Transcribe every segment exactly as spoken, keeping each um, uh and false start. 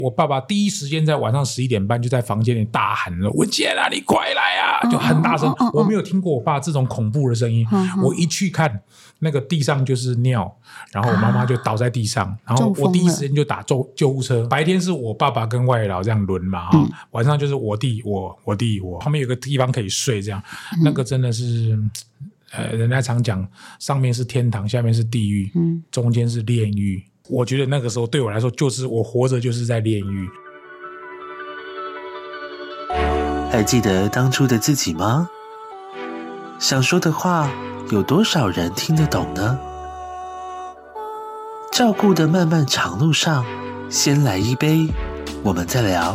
我爸爸第一时间在晚上十一点半就在房间里大喊了：“文杰啊，你快来啊！”就很大声。哦哦哦哦，我没有听过我爸这种恐怖的声音。哦哦，我一去看，那个地上就是尿，然后我妈妈就倒在地上，啊，然后我第一时间就打救救护车。白天是我爸爸跟外劳这样轮嘛，嗯，晚上就是我弟我我弟我，旁边有个地方可以睡，这样，嗯，那个真的是。呃，人家常讲上面是天堂，下面是地狱，嗯，中间是炼狱。我觉得那个时候对我来说，就是我活着就是在炼狱。 还记得当初的自己吗？想说的话，有多少人听得懂呢？照顾的漫漫长路上，先来一杯，我们再聊。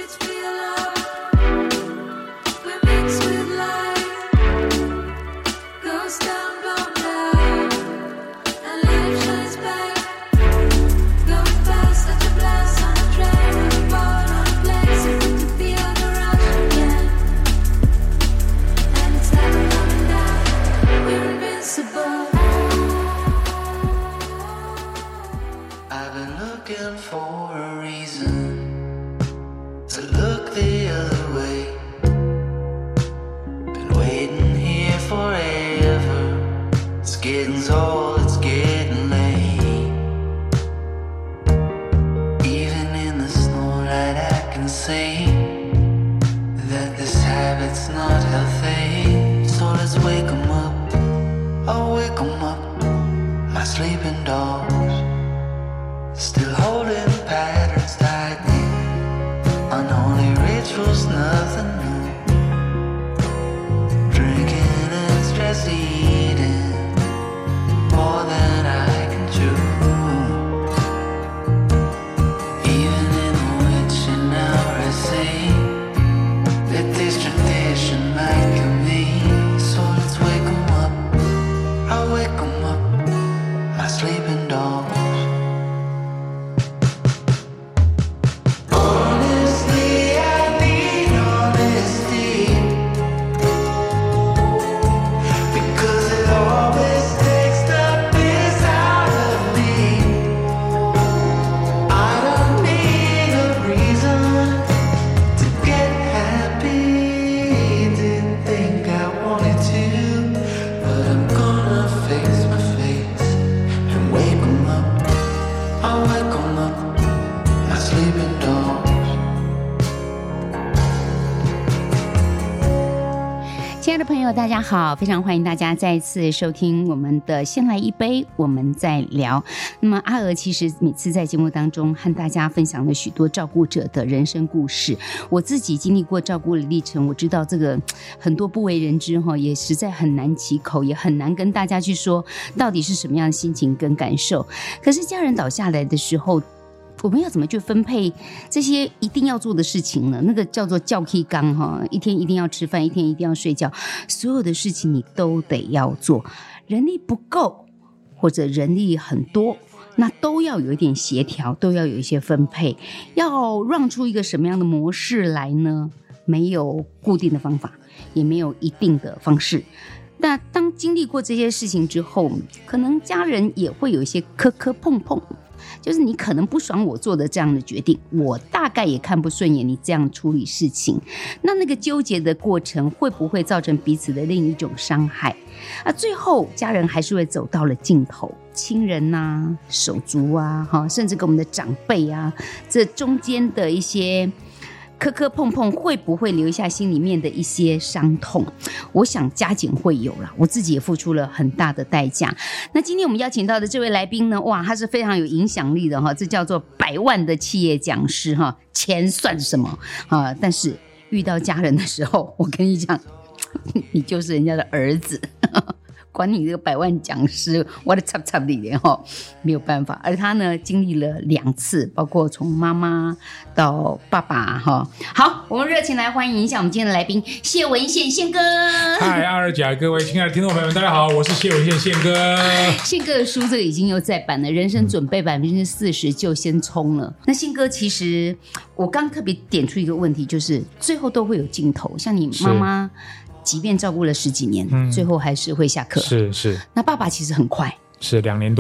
大家好，非常欢迎大家再次收听我们的先来一杯我们再聊。那么阿娥其实每次在节目当中和大家分享了许多照顾者的人生故事，我自己经历过照顾的历程，我知道这个很多不为人知，也实在很难启口，也很难跟大家去说到底是什么样的心情跟感受。可是家人倒下来的时候，我们要怎么去分配这些一定要做的事情呢？那个叫做教 K 纲哈，一天一定要吃饭，一天一定要睡觉，所有的事情你都得要做。人力不够或者人力很多，那都要有一点协调，都要有一些分配。要让出一个什么样的模式来呢？没有固定的方法，也没有一定的方式。那当经历过这些事情之后，可能家人也会有一些磕磕碰碰，就是你可能不爽我做的这样的决定，我大概也看不顺眼你这样处理事情，那那个纠结的过程会不会造成彼此的另一种伤害啊？最后家人还是会走到了尽头，亲人啊、手足啊，甚至跟我们的长辈啊，这中间的一些磕磕碰碰会不会留下心里面的一些伤痛？我想加减会有啦，我自己也付出了很大的代价。那今天我们邀请到的这位来宾呢，哇，他是非常有影响力的哈，这叫做百万的企业讲师哈，钱算什么啊？但是遇到家人的时候，我跟你讲，你就是人家的儿子。管你这个百万讲师，我的插插里面哈，没有办法。而他呢，经历了两次，包括从妈妈到爸爸哈。好，我们热情来欢迎一下我们今天的来宾谢文宪宪哥。 嗨，阿尔甲各位亲爱的听众朋友们，大家好，我是谢文宪宪哥。 宪哥的书这个已经又再版了，人生准备百分之四十就先冲了。那宪哥其实我刚特别点出一个问题，就是最后都会有尽头，像你妈妈。即便照顾了十几年、嗯、最后还是会下课。 是是。 那爸爸其实很快， 是两年多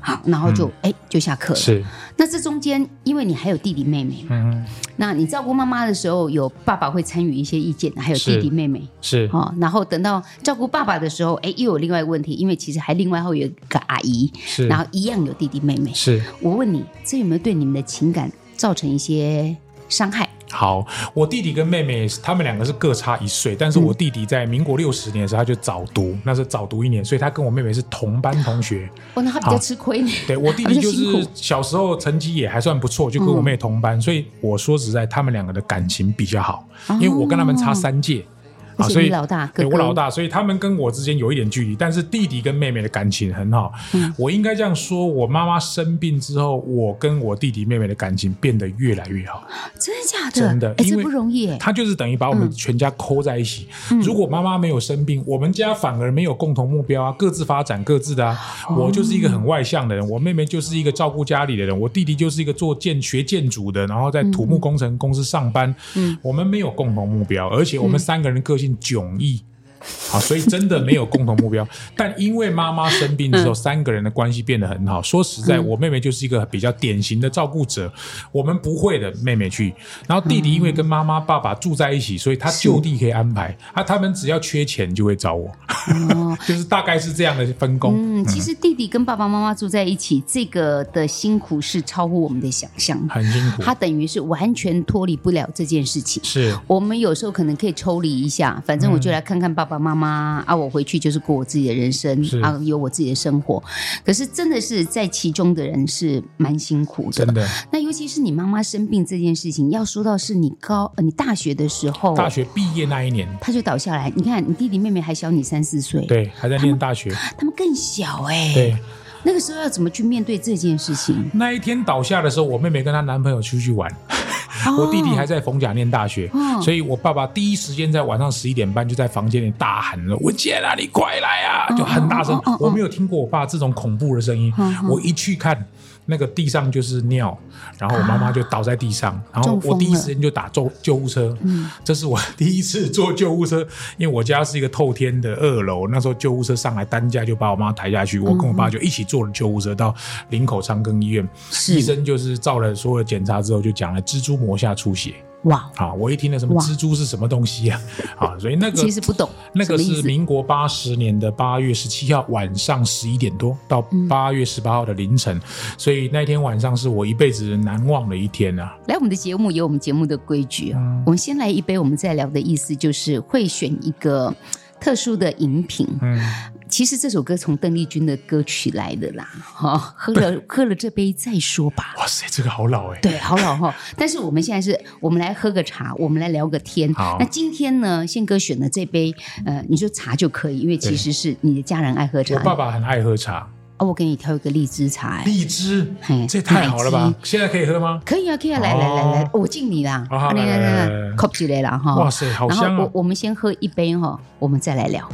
好，然后就哎、嗯、就下课了。 是， 那这中间因为你还有弟弟妹妹，嗯，那你照顾妈妈的时候，有爸爸会参与一些意见，还有弟弟妹妹是， 哦，然后等到照顾爸爸的时候，哎，又有另外一个问题，因为其实还另外会有一个阿姨， 是， 然后一样有弟弟妹妹。 是， 我问你，这有没有对你们的情感造成一些伤害？ 好，我弟弟跟妹妹他们两个是各差一岁，但是我弟弟在民国六十年的时候他就早读，那是早读一年，所以他跟我妹妹是同班同学。 哦，那他比较吃亏呢。 对，我弟弟就是小时候成绩也还算不错，就跟我妹同班，嗯、所以我说实在，他们两个的感情比较好，因为我跟他们差三届。 而且你老大，哥哥， 对，我老大，所以他们跟我之间有一点距离，但是弟弟跟妹妹的感情很好。嗯、我应该这样说，我妈妈生病之后，我跟我弟弟妹妹的感情变得越来越好。 真的假的？ 真的， 因为这不容易。 他就是等于把我们全家扣在一起。嗯、如果妈妈没有生病，我们家反而没有共同目标啊，各自发展各自的啊。哦、我就是一个很外向的人，我妹妹就是一个照顾家里的人，我弟弟就是一个做建学建筑的，然后在土木工程公司上班。嗯、我们没有共同目标，而且我们三个人个性迥异。好，所以真的没有共同目标。但因为妈妈生病之后，嗯、三个人的关系变得很好。说实在，嗯、我妹妹就是一个比较典型的照顾者，我们不会的妹妹去。然后弟弟因为跟妈妈、爸爸住在一起，所以他就地可以安排。啊，他们只要缺钱就会找我，哦、就是大概是这样的分工。 嗯，其实弟弟跟爸爸妈妈住在一起，这个的辛苦是超乎我们的想象， 很辛苦。 他等于是完全脱离不了这件事情。 是我们有时候可能可以抽离一下，反正我就来看看爸爸。爸爸妈妈啊，我回去就是过我自己的人生啊，有我自己的生活。可是真的是在其中的人是蛮辛苦的， 真的。 那尤其是你妈妈生病这件事情，要说到是你高呃你大学的时候， 大学毕业那一年， 他就倒下来。你看，你弟弟妹妹还小你三四岁， 对，还在念大学， 他们, 他们更小哎、欸， 对。 那个时候要怎么去面对这件事情？ 那一天倒下的时候，我妹妹跟她男朋友出去玩。我弟弟还在逢甲念大学，哦、所以我爸爸第一时间在晚上十一点半就在房间里大喊了：“文杰啊，你快来啊！”就很大声，哦哦哦哦、我没有听过我爸这种恐怖的声音。哦哦、我一去看，那个地上就是尿，然后我妈妈就倒在地上，啊、然后我第一时间就打救救护车。嗯，这是我第一次坐救护车，因为我家是一个透天的二楼，那时候救护车上来担架就把我妈抬下去，我跟我爸就一起坐了救护车到林口长庚医院，医生就是照了所有的检查之后就讲了蜘蛛膜下出血。 哇！ 好，我一听了什么蜘蛛是什么东西啊？啊，所以那个其实不懂， 那个是民国八十年的八月十七号晚上十一点多到八月十八号的凌晨，嗯、所以那天晚上是我一辈子难忘的一天啊！ 来，我们的节目有我们节目的规矩啊，嗯、我们先来一杯，我们再聊的意思就是会选一个特殊的饮品。嗯。其实这首歌从邓丽君的歌曲来的啦，哦、喝了喝了这杯再说吧。 哇塞，这个好老哎！ 对，好老哈、哦。但是我们现在是，我们来喝个茶，我们来聊个天。 好， 那今天呢，宪哥选的这杯，呃，你说茶就可以，因为其实是你的家人爱喝茶。 我爸爸很爱喝茶。 哦，我给你挑一个荔枝茶。 荔枝，这太好了吧？现在可以喝吗？ 可以啊，可以啊，来、哦、来来来，我敬你啦！ 好，来来来来， 喝起来了哈！ 哇塞，好香啊！ 然后我我们先喝一杯哈，我们再来聊。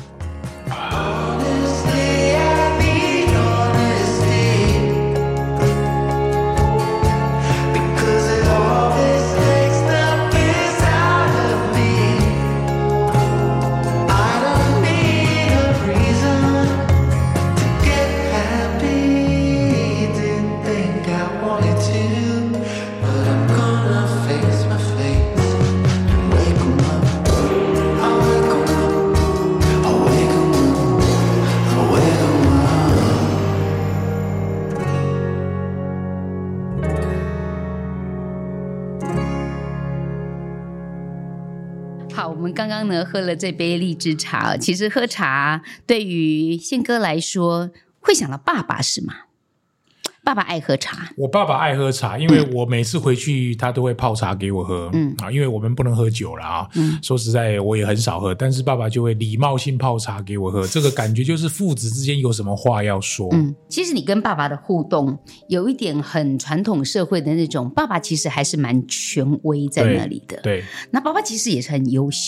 我们刚刚呢喝了这杯荔枝茶，其实喝茶对于宪哥来说会想到爸爸是吗？爸爸爱喝茶， 我爸爸爱喝茶，因为我每次回去他都会泡茶给我喝，嗯啊，因为我们不能喝酒了啊，嗯，说实在我也很少喝，但是爸爸就会礼貌性泡茶给我喝，这个感觉就是父子之间有什么话要说。 嗯，其实你跟爸爸的互动有一点很传统社会的那种，爸爸其实还是蛮权威在那里的， 对，对， 那爸爸其实也是很优秀。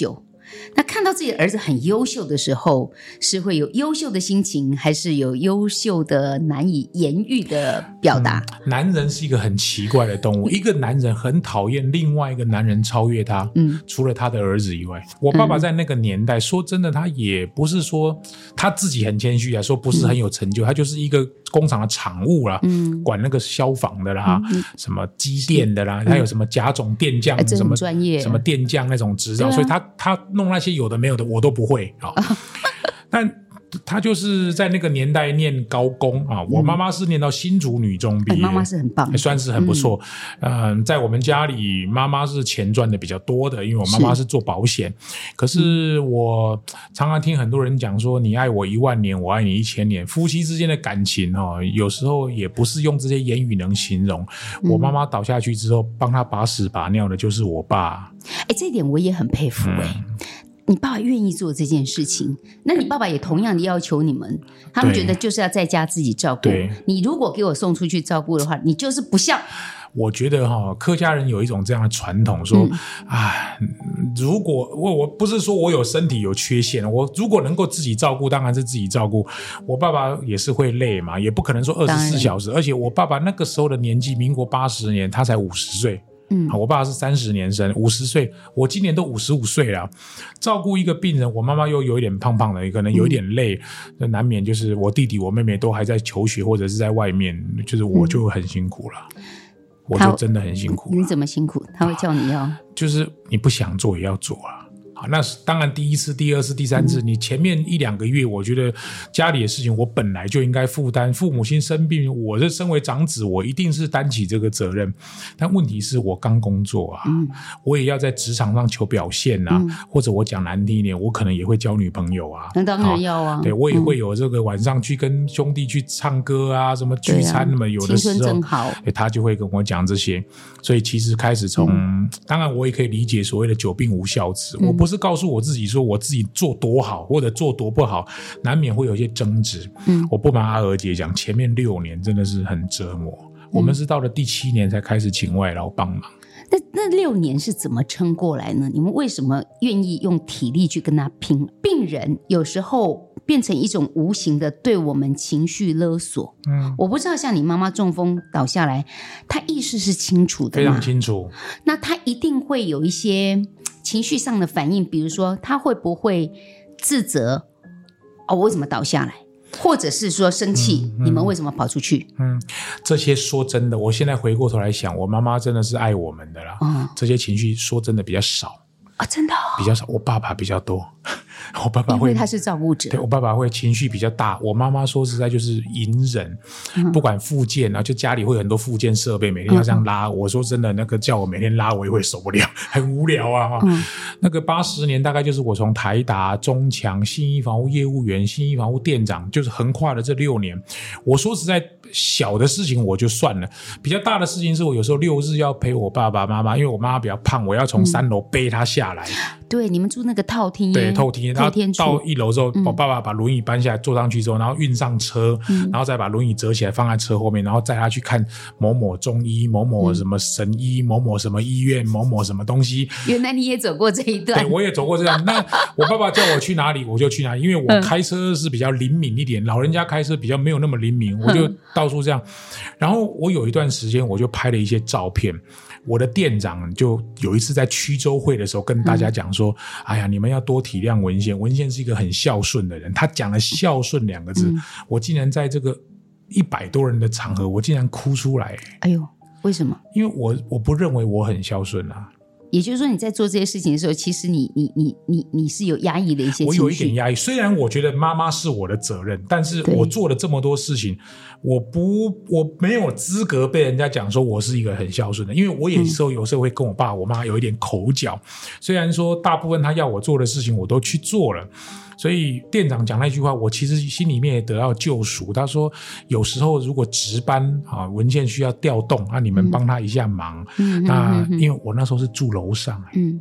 那看到自己的儿子很优秀的时候，是会有优秀的心情，还是有优秀的难以言喻的表达？ 嗯、男人是一个很奇怪的动物，一个男人很讨厌另外一个男人超越他，嗯，除了他的儿子以外。我爸爸在那个年代，嗯、说真的，他也不是说他自己很谦虚啊，说不是很有成就，嗯、他就是一个工厂的厂务啦，嗯，管那个消防的啦，嗯、什么机电的啦，他、嗯、有什么甲种电匠， 哎、 什么专业什么电匠那种执照，啊、所以他他弄那些有的没有的我都不会啊。哦、但他就是在那个年代念高工啊，我妈妈是念到新竹女中毕业， 妈妈是很棒， 算是很不错。嗯、呃，在我们家里，妈妈是钱赚的比较多的，因为我妈妈是做保险。可是我常常听很多人讲说，你爱我一万年，我爱你一千年。夫妻之间的感情哦，有时候也不是用这些言语能形容。嗯、我妈妈倒下去之后，帮她把屎把尿的就是我爸。 哎，这一点我也很佩服哎、欸。嗯，你爸爸愿意做这件事情，那你爸爸也同样的要求你们，他们觉得就是要在家自己照顾，你如果给我送出去照顾的话，你就是不孝。 我觉得哈，客家人有一种这样的传统，说啊、嗯，如果我我不是说我有身体有缺陷，我如果能够自己照顾，当然是自己照顾。我爸爸也是会累嘛，也不可能说二十四小时，而且我爸爸那个时候的年纪，民国八十年，他才五十岁。嗯，我爸爸是三十年生，五十岁，我今年都五十五岁了。照顾一个病人，我妈妈又有一点胖胖的，可能有一点累，那、嗯、难免就是我弟弟、我妹妹都还在求学或者是在外面，就是我就很辛苦了，嗯、我就真的很辛苦。 你怎么辛苦？他会叫你要、啊， 就是你不想做也要做啊。那当然第一次第二次第三次、嗯、你前面一两个月我觉得家里的事情我本来就应该负担，父母亲生病我是身为长子我一定是担起这个责任，但问题是我刚工作啊、嗯、我也要在职场上求表现啊、嗯、或者我讲难听一点我可能也会交女朋友啊， 那当然要啊， 对，我也会有这个晚上去跟兄弟去唱歌啊、嗯、什么聚餐，那么、啊、有的时候青春正好，他就会跟我讲这些，所以其实开始从、嗯、当然我也可以理解所谓的久病无孝子、嗯、我不是告诉我自己说我自己做多好或者做多不好，难免会有一些争执。嗯，我不瞒阿娥姐讲，前面六年真的是很折磨、嗯、我们是到了第七年才开始请外劳帮忙。 那那六年是怎么撑过来呢？你们为什么愿意用体力去跟他拼？病人有时候变成一种无形的对我们情绪勒索。嗯，我不知道像你妈妈中风倒下来，她意识是清楚的吗？ 非常清楚。 那她一定会有一些情绪上的反应，比如说她会不会自责？哦，我为什么倒下来？或者是说生气、嗯嗯、你们为什么跑出去？ 嗯，这些说真的，我现在回过头来想，我妈妈真的是爱我们的啦。嗯，这些情绪说真的比较少啊、哦，真的、哦、 比较少。我爸爸比较多，我爸爸会， 因为他是照顾者， 对，我爸爸会情绪比较大。我妈妈说实在就是隐忍，嗯、不管复健啊，就家里会有很多复健设备，每天要这样拉。嗯、我说真的，那个叫我每天拉，我也会受不了，很无聊啊。嗯、那个八十年大概就是我从台达、中强、信义房屋业务员、信义房屋店长，就是横跨了这六年。我说实在，小的事情我就算了，比较大的事情是我有时候六日要陪我爸爸妈妈，因为我妈妈比较胖，我要从三楼背她下来。 嗯、对，你们住那个套厅， 对，透厅，然后到一楼之后，嗯、我爸爸把轮椅搬下来，坐上去之后，然后运上车，嗯、然后再把轮椅折起来放在车后面，然后载他去看某某中医、某某什么神医、嗯、某某什么医院、某某什么东西。 原来你也走过这一段， 对，我也走过这段。那我爸爸叫我去哪里，我就去哪里，因为我开车是比较灵敏一点，嗯、老人家开车比较没有那么灵敏，我就到处这样。然后我有一段时间，我就拍了一些照片。我的店长就有一次在区州会的时候跟大家讲说、嗯、哎呀，你们要多体谅文宪，文宪是一个很孝顺的人。他讲了孝顺两个字、嗯、我竟然在这个一百多人的场合我竟然哭出来。 哎呦，为什么？ 因为我我不认为我很孝顺啊。 也就是说你在做这些事情的时候，其实你你你你你是有压抑的一些情绪。 我有一点压抑，虽然我觉得妈妈是我的责任，但是我做了这么多事情，我不我没有资格被人家讲说我是一个很孝顺的，因为我有时候有时候会跟我爸我妈有一点口角，虽然说大部分他要我做的事情我都去做了。所以店长讲那句话，我其实心里面也得到救赎。他说有时候如果值班啊，文件需要调动啊，你们帮他一下忙。嗯、那因为我那时候是住楼上、欸、嗯，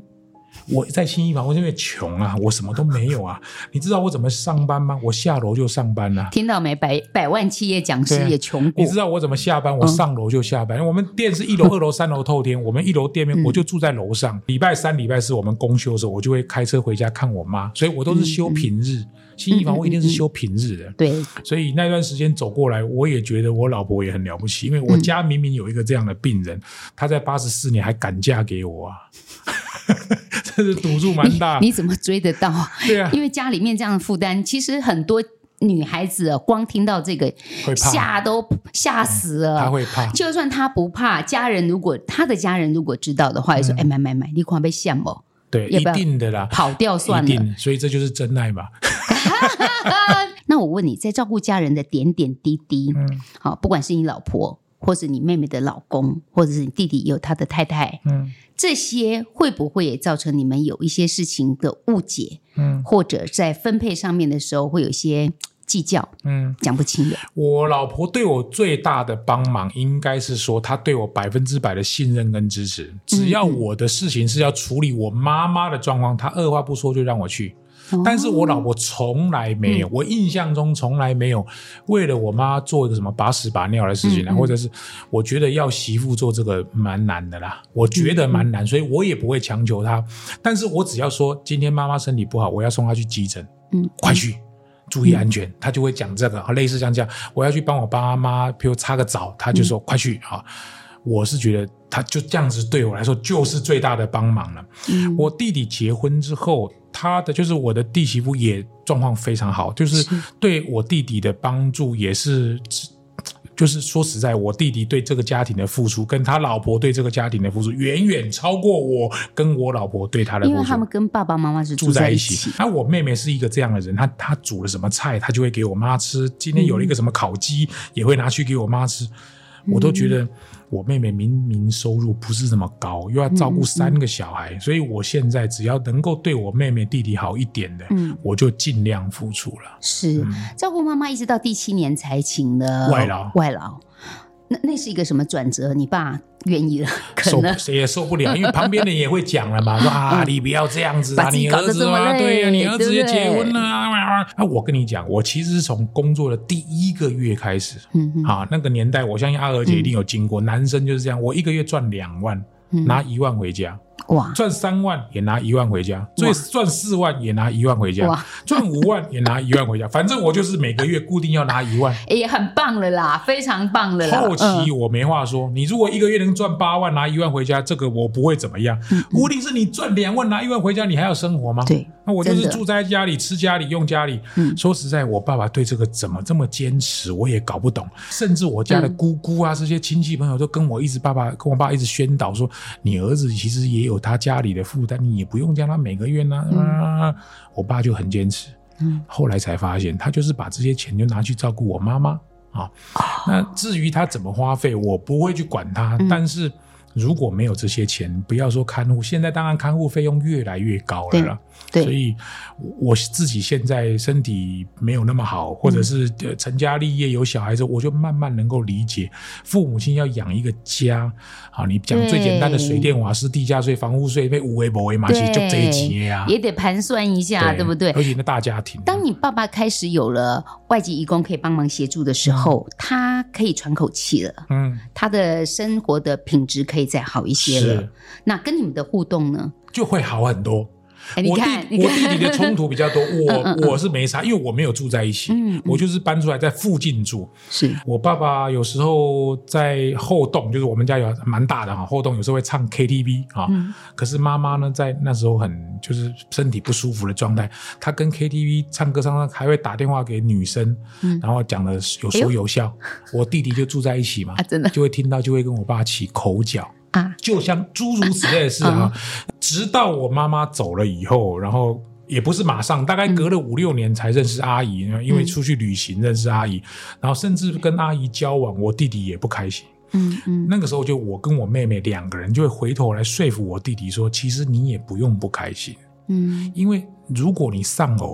我在信义房，我因为穷啊，我什么都没有啊。你知道我怎么上班吗？我下楼就上班啊。 听到没？百百万企业讲师也穷过。 你知道我怎么下班？我上楼就下班。嗯、我们店是一楼、二楼、三楼透天，我们一楼店面我就住在楼上。礼拜三、礼拜四我们公休的时候，我就会开车回家看我妈，所以我都是休平日。嗯嗯信义房我一定是休平日的， 对、 嗯，所以那段时间走过来，我也觉得我老婆也很了不起，因为我家明明有一个这样的病人，她、嗯、在八十四年还敢嫁给我啊，这是赌注蛮大你。你怎么追得到？ 对啊， 因为家里面这样的负担，其实很多女孩子、啊、光听到这个吓都吓死了， 她、嗯、会怕。就算她不怕，家人如果她的家人如果知道的话，就说：“哎、嗯，买买买，你看被吓不？” 对，一定的啦， 跑掉算了。 一定，所以这就是真爱嘛。 那我问你，在照顾家人的点点滴滴，嗯，好，不管是你老婆，或是你妹妹的老公，或者是你弟弟有他的太太，嗯，这些会不会也造成你们有一些事情的误解？嗯，或者在分配上面的时候会有一些计较，嗯，讲不清的。 我老婆对我最大的帮忙，应该是说她对我百分之百的信任跟支持。只要我的事情是要处理我妈妈的状况，她二话不说就让我去。但是我老婆从来没有、嗯、我印象中从来没有为了我妈做一个什么把屎把尿的事情、啊嗯嗯、或者是我觉得要媳妇做这个蛮难的啦，我觉得蛮难、嗯、所以我也不会强求她。但是我只要说今天妈妈身体不好，我要送她去急诊，嗯，快去注意安全、嗯、她就会讲这个，类似像这样，我要去帮我爸妈比如擦个澡，她就说、嗯、快去啊。我是觉得他就这样子对我来说就是最大的帮忙了、嗯、我弟弟结婚之后，他的就是我的弟媳妇也状况非常好，就是对我弟弟的帮助也是，就是说实在，我弟弟对这个家庭的付出跟他老婆对这个家庭的付出远远超过我跟我老婆对他的付出， 因为他们跟爸爸妈妈是住在一起。 那我妹妹是一个这样的人，她她煮了什么菜她就会给我妈吃，今天有了一个什么烤鸡、嗯、也会拿去给我妈吃，我都觉得我妹妹明明收入不是这么高，又要照顾三个小孩、嗯、所以我现在只要能够对我妹妹弟弟好一点的、嗯、我就尽量付出了。 是、嗯、照顾妈妈一直到第七年才请了外劳外劳，那那是一个什么转折？你爸愿意了，可能谁也受不了，因为旁边人也会讲了嘛，说啊，你不要这样子啊，你儿子啊，对啊，你儿子也结婚了啊。啊，我跟你讲，我其实是从工作的第一个月开始，嗯嗯啊，那个年代，我相信阿娥姐一定有经过，嗯、男生就是这样，我一个月赚两万，嗯、拿一万回家。哇，赚三万也拿一万回家，最赚四万也拿一万回家，赚五万也拿一万回家，反正我就是每个月固定要拿一万， 也很棒了啦，非常棒了啦。 后期我没话说，嗯、你如果一个月能赚八万拿一万回家，这个我不会怎么样。嗯嗯、问题是你赚两万拿一万回家，你还要生活吗？ 对， 那我就是住在家里，吃家里，用家里。嗯、说实在，我爸爸对这个怎么这么坚持，我也搞不懂。甚至我家的姑姑啊，嗯、这些亲戚朋友都跟我一直爸爸跟我爸一直宣导说，你儿子其实也有他家里的负担，你也不用叫他每个月呢、啊嗯啊。我爸就很坚持，嗯，后来才发现，他就是把这些钱就拿去照顾我妈妈啊。哦、那至于他怎么花费，我不会去管他。嗯、但是如果没有这些钱，不要说看护，现在当然看护费用越来越高了啦。对，所以我自己现在身体没有那么好，或者是成家立业有小孩子，我就慢慢能够理解父母亲要养一个家。好，你讲最简单的水电瓦斯地价税房屋税被有的没的嘛，其实就这一节啊， 也得盘算一下， 对, 对不对？ 而且那大家庭， 当你爸爸开始有了外籍移工可以帮忙协助的时候、嗯、他可以喘口气了，嗯，他的生活的品质可以再好一些了。那跟你们的互动呢， 就会好很多。 欸、你看我弟我弟弟的冲突比较多，我嗯嗯嗯我是没差，因为我没有住在一起，嗯嗯我就是搬出来在附近住。是我爸爸有时候在后洞，就是我们家有蛮大的哈，后洞有时候会唱 K T V 啊、嗯，可是妈妈呢，在那时候很就是身体不舒服的状态，她跟 K T V 唱歌唱唱还会打电话给女生，嗯、然后讲的有说有笑。哎、我弟弟就住在一起嘛，啊、真的就会听到，就会跟我爸起口角。啊，就像诸如此类的事啊，嗯、直到我妈妈走了以后，然后也不是马上，大概隔了五六年才认识阿姨，嗯、因为出去旅行认识阿姨，然后甚至跟阿姨交往，我弟弟也不开心。嗯嗯，那个时候就我跟我妹妹两个人就会回头来说服我弟弟说，其实你也不用不开心。嗯，因为如果你丧偶，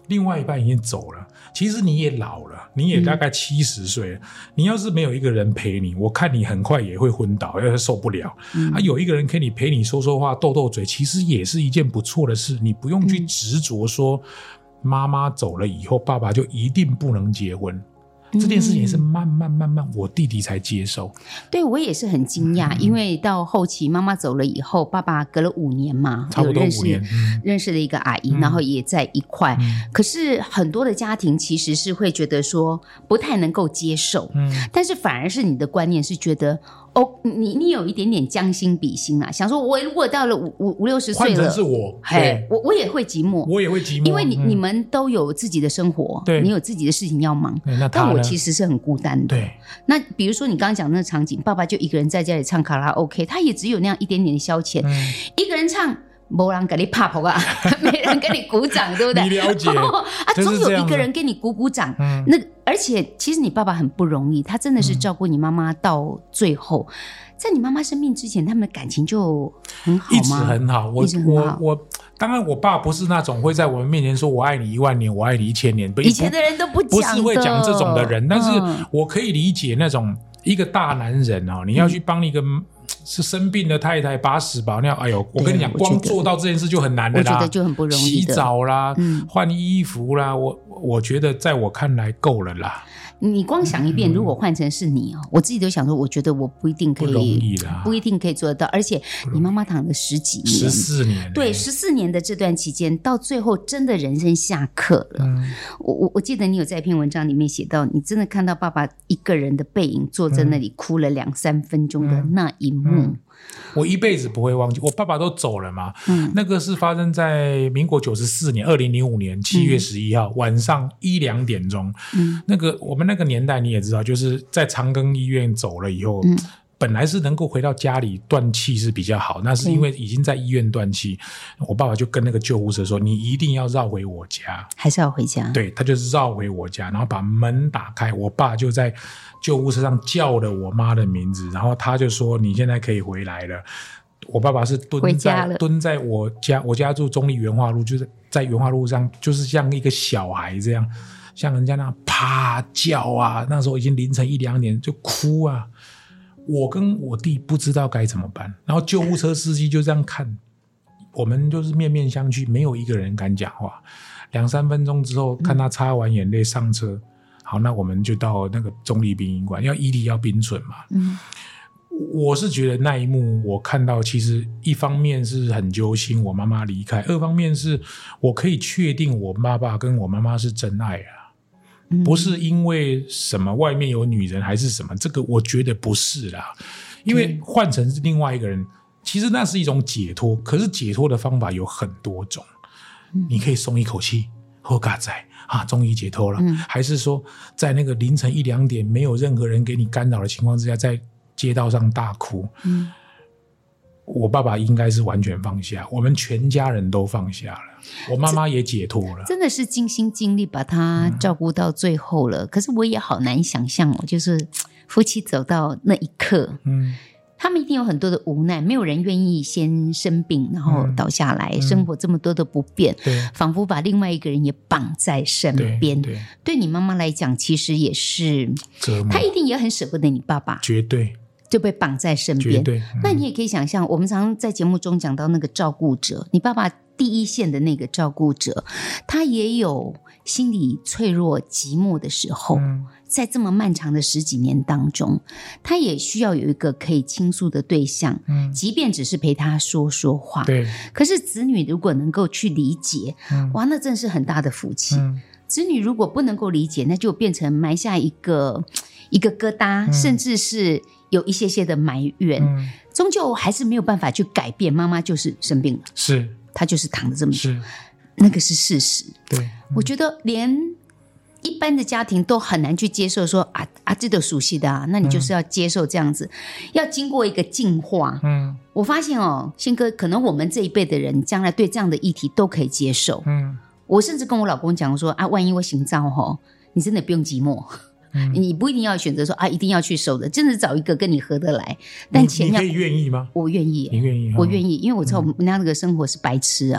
另外一半已经走了，其实你也老了，你也大概七十岁了、嗯、你要是没有一个人陪你，我看你很快也会昏倒，要是受不了、嗯、啊，有一个人可以陪你说说话斗斗嘴，其实也是一件不错的事，你不用去执着说妈妈走了以后爸爸就一定不能结婚，这件事情是慢慢慢慢我弟弟才接受。 对，我也是很惊讶、嗯、因为到后期妈妈走了以后，爸爸隔了五年嘛， 差不多五年、 嗯、认识了一个阿姨、嗯、然后也在一块、嗯、可是很多的家庭其实是会觉得说不太能够接受、嗯、但是反而是你的观念是觉得哦，你你有一点点将心比心啊，想说我如果到了五五五六十岁了， 换成是我， 对，我我也会寂寞， 我也会寂寞， 因为你、 嗯、 你们都有自己的生活， 对， 你有自己的事情要忙， 那他呢， 但我其实是很孤单的。 对， 那比如说你刚刚讲的那个场景，爸爸就一个人在家里唱卡拉 OK， 他也只有那样一点点的消遣，嗯、一个人唱。没人给你拍拍啊，没人给你鼓掌，对不对？ 你了解、 哦、啊，总有一个人给你鼓鼓掌。嗯、那而且其实你爸爸很不容易，他真的是照顾你妈妈到最后。嗯、在你妈妈生病之前，他们的感情就很好吗？ 一直很好。我一直很好。 我我当然，我爸不是那种会在我们面前说我爱你一万年，我爱你一千年。 以前的人都不讲的， 不是会讲这种的人，但是我可以理解那种一个大男人哦，你要去帮一个。嗯是生病的太太把屎把尿，哎呦，我跟你讲，光做到这件事就很难的啦， 我觉得就很不容易的。 洗澡啦， 嗯、 换衣服啦，我我觉得在我看来够了啦。 你光想一遍，嗯、如果换成是你哦，我自己都想说，我觉得我不一定可以， 不容易啦， 不一定可以做得到。而且你妈妈躺了十几年， 十四年、欸， 对，十四年的这段期间，到最后真的人生下课了。嗯、我我我记得你有在一篇文章里面写到，你真的看到爸爸一个人的背影坐在那里哭了两三分钟的那一幕。嗯嗯我一辈子不会忘记，我爸爸都走了嘛。嗯，那个是发生在民国九十四年，二零零五年七月十一号、嗯、晚上一两点钟。嗯，那个我们那个年代你也知道，就是在长庚医院走了以后，嗯、本来是能够回到家里断气是比较好，那是因为已经在医院断气，嗯、我爸爸就跟那个救护车说：“你一定要绕回我家， 还是要回家？” 对，他就是绕回我家，然后把门打开，我爸就在救护车上叫了我妈的名字，然后他就说你现在可以回来了。我爸爸是蹲在蹲在我家，我家住中立元化路，就是在元化路上，就是像一个小孩这样，像人家那样啪叫啊，那时候已经凌晨一两点就哭啊。我跟我弟不知道该怎么办，然后救护车司机就这样看，我们就是面面相觑，没有一个人敢讲话。两三分钟之后，看他擦完眼泪上车。嗯，好，那我们就到那个中立殡仪馆，要伊犁要冰存嘛。嗯，我是觉得那一幕我看到，其实一方面是很揪心，我妈妈离开；二方面是我可以确定我爸爸跟我妈妈是真爱啊，嗯、不是因为什么外面有女人还是什么，这个我觉得不是啦。因为换成是另外一个人，其实那是一种解脱，可是解脱的方法有很多种，嗯、你可以松一口气，好嘎仔。啊，终于解脱了、嗯、还是说在那个凌晨一两点没有任何人给你干扰的情况之下，在街道上大哭。嗯，我爸爸应该是完全放下，我们全家人都放下了，我妈妈也解脱了， 真的是尽心尽力把他照顾到最后了、嗯、可是我也好难想象哦，就是夫妻走到那一刻，嗯，他们一定有很多的无奈，没有人愿意先生病然后倒下来、嗯、生活这么多的不便，仿佛把另外一个人也绑在身边。 对, 对, 对你妈妈来讲其实也是折磨，她一定也很舍不得你爸爸， 绝对就被绑在身边。 绝对、嗯、 那你也可以想象，我们常常在节目中讲到那个照顾者，你爸爸第一线的那个照顾者，他也有心理脆弱寂寞的时候、嗯、在这么漫长的十几年当中，他也需要有一个可以倾诉的对象、嗯、即便只是陪他说说话。 对， 可是子女如果能够去理解、嗯、哇，那真是很大的福气、嗯、子女如果不能够理解，那就变成埋下一个一个疙瘩、嗯、甚至是有一些些的埋怨、嗯、终究还是没有办法去改变妈妈就是生病了， 是她就是躺着这么久，那个是事实。 对、嗯、 我觉得连一般的家庭都很难去接受说啊啊，这都熟悉的啊，那你就是要接受这样子、嗯、要经过一个进化。嗯，我发现哦，宪哥，可能我们这一辈的人将来对这样的议题都可以接受。嗯，我甚至跟我老公讲说啊，万一我行照吼，你真的不用寂寞。嗯、你不一定要选择说啊，一定要去守的，真的找一个跟你合得来。但钱要， 你可以愿意吗？ 我愿意， 你愿意？ 我愿意，因为我知道我们那个生活是白痴啊。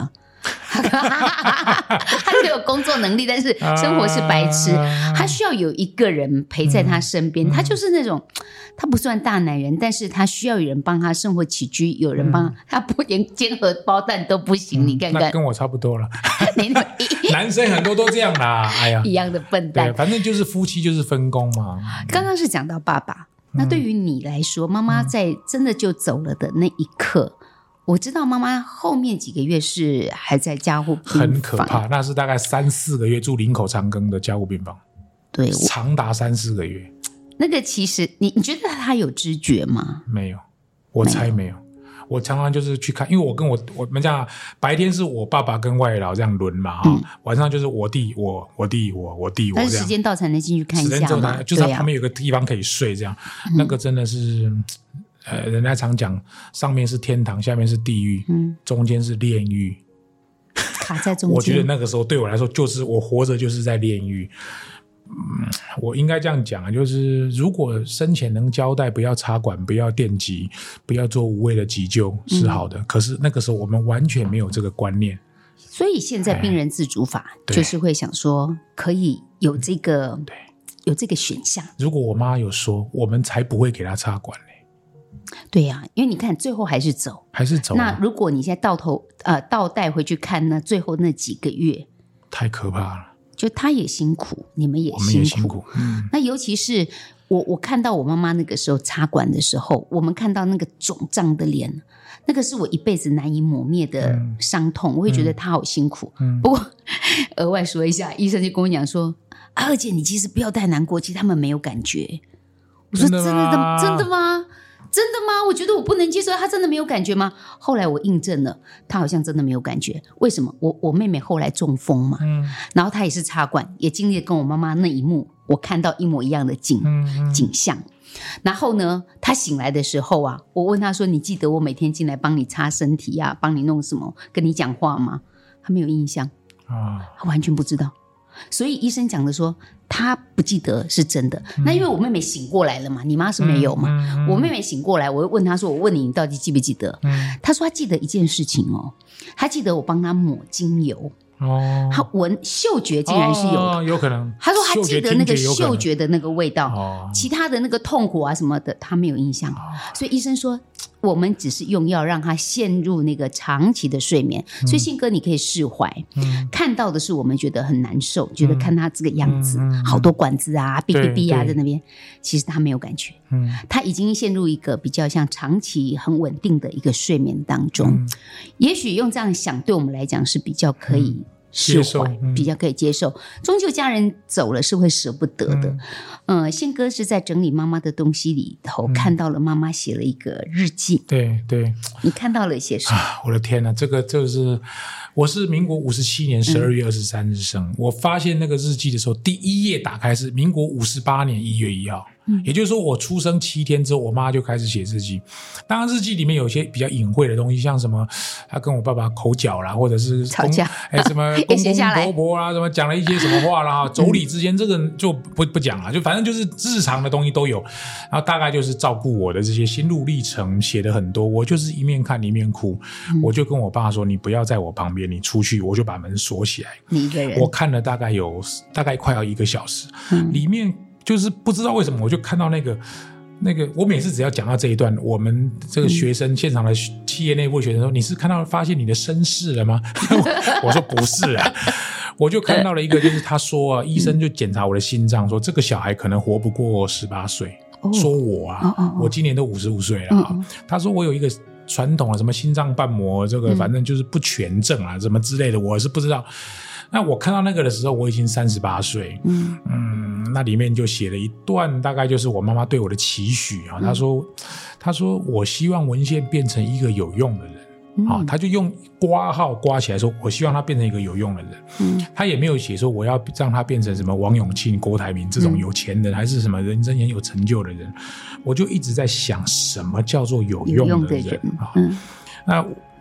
他就有工作能力，但是生活是白痴。啊、他需要有一个人陪在他身边、嗯、他就是那种他不算大男人，但是他需要有人帮他生活起居，有人帮、嗯、他不连煎荷包蛋都不行、嗯、你看看， 那跟我差不多了男生很多都这样啦，哎呀， 一样的笨蛋。 对，反正就是夫妻就是分工嘛。 刚刚是讲到爸爸，那对于你来说，妈妈在真的就走了的那一刻，我知道妈妈后面几个月是还在加护病房， 很可怕，那是大概三四个月住林口长庚的加护病房， 对， 长达三四个月。 那个其实你你觉得他有知觉吗？ 没有，我猜没有。我常常就是去看，因为我跟我我们家白天是我爸爸跟外老这样轮嘛、嗯、晚上就是我弟我我弟我我弟我这样， 但是时间到才能进去看一下嘛， 就是他旁边有个地方可以睡这样、啊、那个真的是呃，人家常讲上面是天堂下面是地狱、嗯、中间是炼狱， 卡在中间。 我觉得那个时候对我来说就是我活着就是在炼狱。嗯，我应该这样讲啊，就是如果生前能交代不要插管不要电击不要做无谓的急救是好的、嗯、可是那个时候我们完全没有这个观念， 所以现在病人自主法就是会想说可以有这个对有这个选项。 如果我妈有说我们才不会给她插管嘞。 对呀、啊，因为你看最后还是走还是走、啊、 那如果你现在倒头呃倒带回去看呢，最后那几个月太可怕了， 就他也辛苦你们也辛苦， 我们也辛苦、嗯、 那尤其是我我看到我妈妈那个时候插管的时候，我们看到那个肿胀的脸，那个是我一辈子难以抹灭的伤痛、嗯、我会觉得她好辛苦、嗯、不过额外说一下，医生就跟我讲说啊，二姐你其实不要太难过，其实他们没有感觉。我说真的吗？真的吗？真的吗？我觉得我不能接受，他真的没有感觉吗？后来我印证了，他好像真的没有感觉。为什么？我我妹妹后来中风嘛、嗯、然后她也是插管，也经历了跟我妈妈那一幕我看到一模一样的景、嗯、景象。然后呢她醒来的时候啊，我问她说你记得我每天进来帮你擦身体啊，帮你弄什么，跟你讲话吗？她没有印象啊，她完全不知道。所以医生讲的说他不记得是真的、嗯、那因为我妹妹醒过来了嘛，你妈是没有嘛、嗯嗯、我妹妹醒过来，我问她说我问你你到底记不记得、嗯、她说她记得一件事情哦，她记得我帮她抹精油哦，她闻嗅觉竟然是有的、 哦、有可能她说她记得那个嗅觉的那个味道、哦、其他的那个痛苦啊什么的她没有印象、哦、所以医生说我们只是用药让他陷入那个长期的睡眠、嗯、所以信哥你可以释怀、嗯、看到的是我们觉得很难受、嗯、觉得看他这个样子、嗯、好多管子啊哔哔哔啊在那边，其实他没有感觉、嗯、他已经陷入一个比较像长期很稳定的一个睡眠当中、嗯、也许用这样想对我们来讲是比较可以释怀、嗯、比较可以接受，终究家人走了是会舍不得的。嗯，呃，宪哥是在整理妈妈的东西里头、嗯、看到了妈妈写了一个日记。 对对， 你看到了些什么、 啊、我的天哪，这个就是我是民国五十七年十二月二十三日生、嗯、我发现那个日记的时候第一页打开是民国五十八年一月一号、嗯、也就是说我出生七天之后我妈就开始写日记。当然日记里面有些比较隐晦的东西，像什么她跟我爸爸口角啦，或者是吵架哎什么公公婆婆啦，什么讲了一些什么话啦，妯娌之间这个就不不讲了，就反正就是日常的东西都有。然后大概就是照顾我的这些心路历程写的很多，我就是一面看一面哭、嗯、我就跟我爸说你不要在我旁边，你出去，我就把门锁起来。 你一个人？ 我看了大概有大概快要一个小时、嗯、里面就是不知道为什么我就看到那个那个，我每次只要讲到这一段，我们这个学生、嗯、现场的企业内部学生说你是看到发现你的身世了吗？我说不是啊，我就看到了一个，就是他说啊，医生就检查我的心脏说这个小孩可能活不过十八岁、哦、说我啊、哦哦哦、我今年都五十五岁了、嗯、他说我有一个传统啊，什么心脏瓣膜这个反正就是不全正啊、嗯、什么之类的，我是不知道。那我看到那个的时候我已经三十八岁，嗯嗯，那里面就写了一段大概就是我妈妈对我的期许啊，她说她说我希望文献变成一个有用的人。嗯哦、他就用括号刮起来说我希望他变成一个有用的人、嗯、他也没有写说我要让他变成什么王永庆郭台铭这种有钱人、嗯、还是什么人生很有成就的人。我就一直在想什么叫做有用的人， 有用的人、 哦嗯、那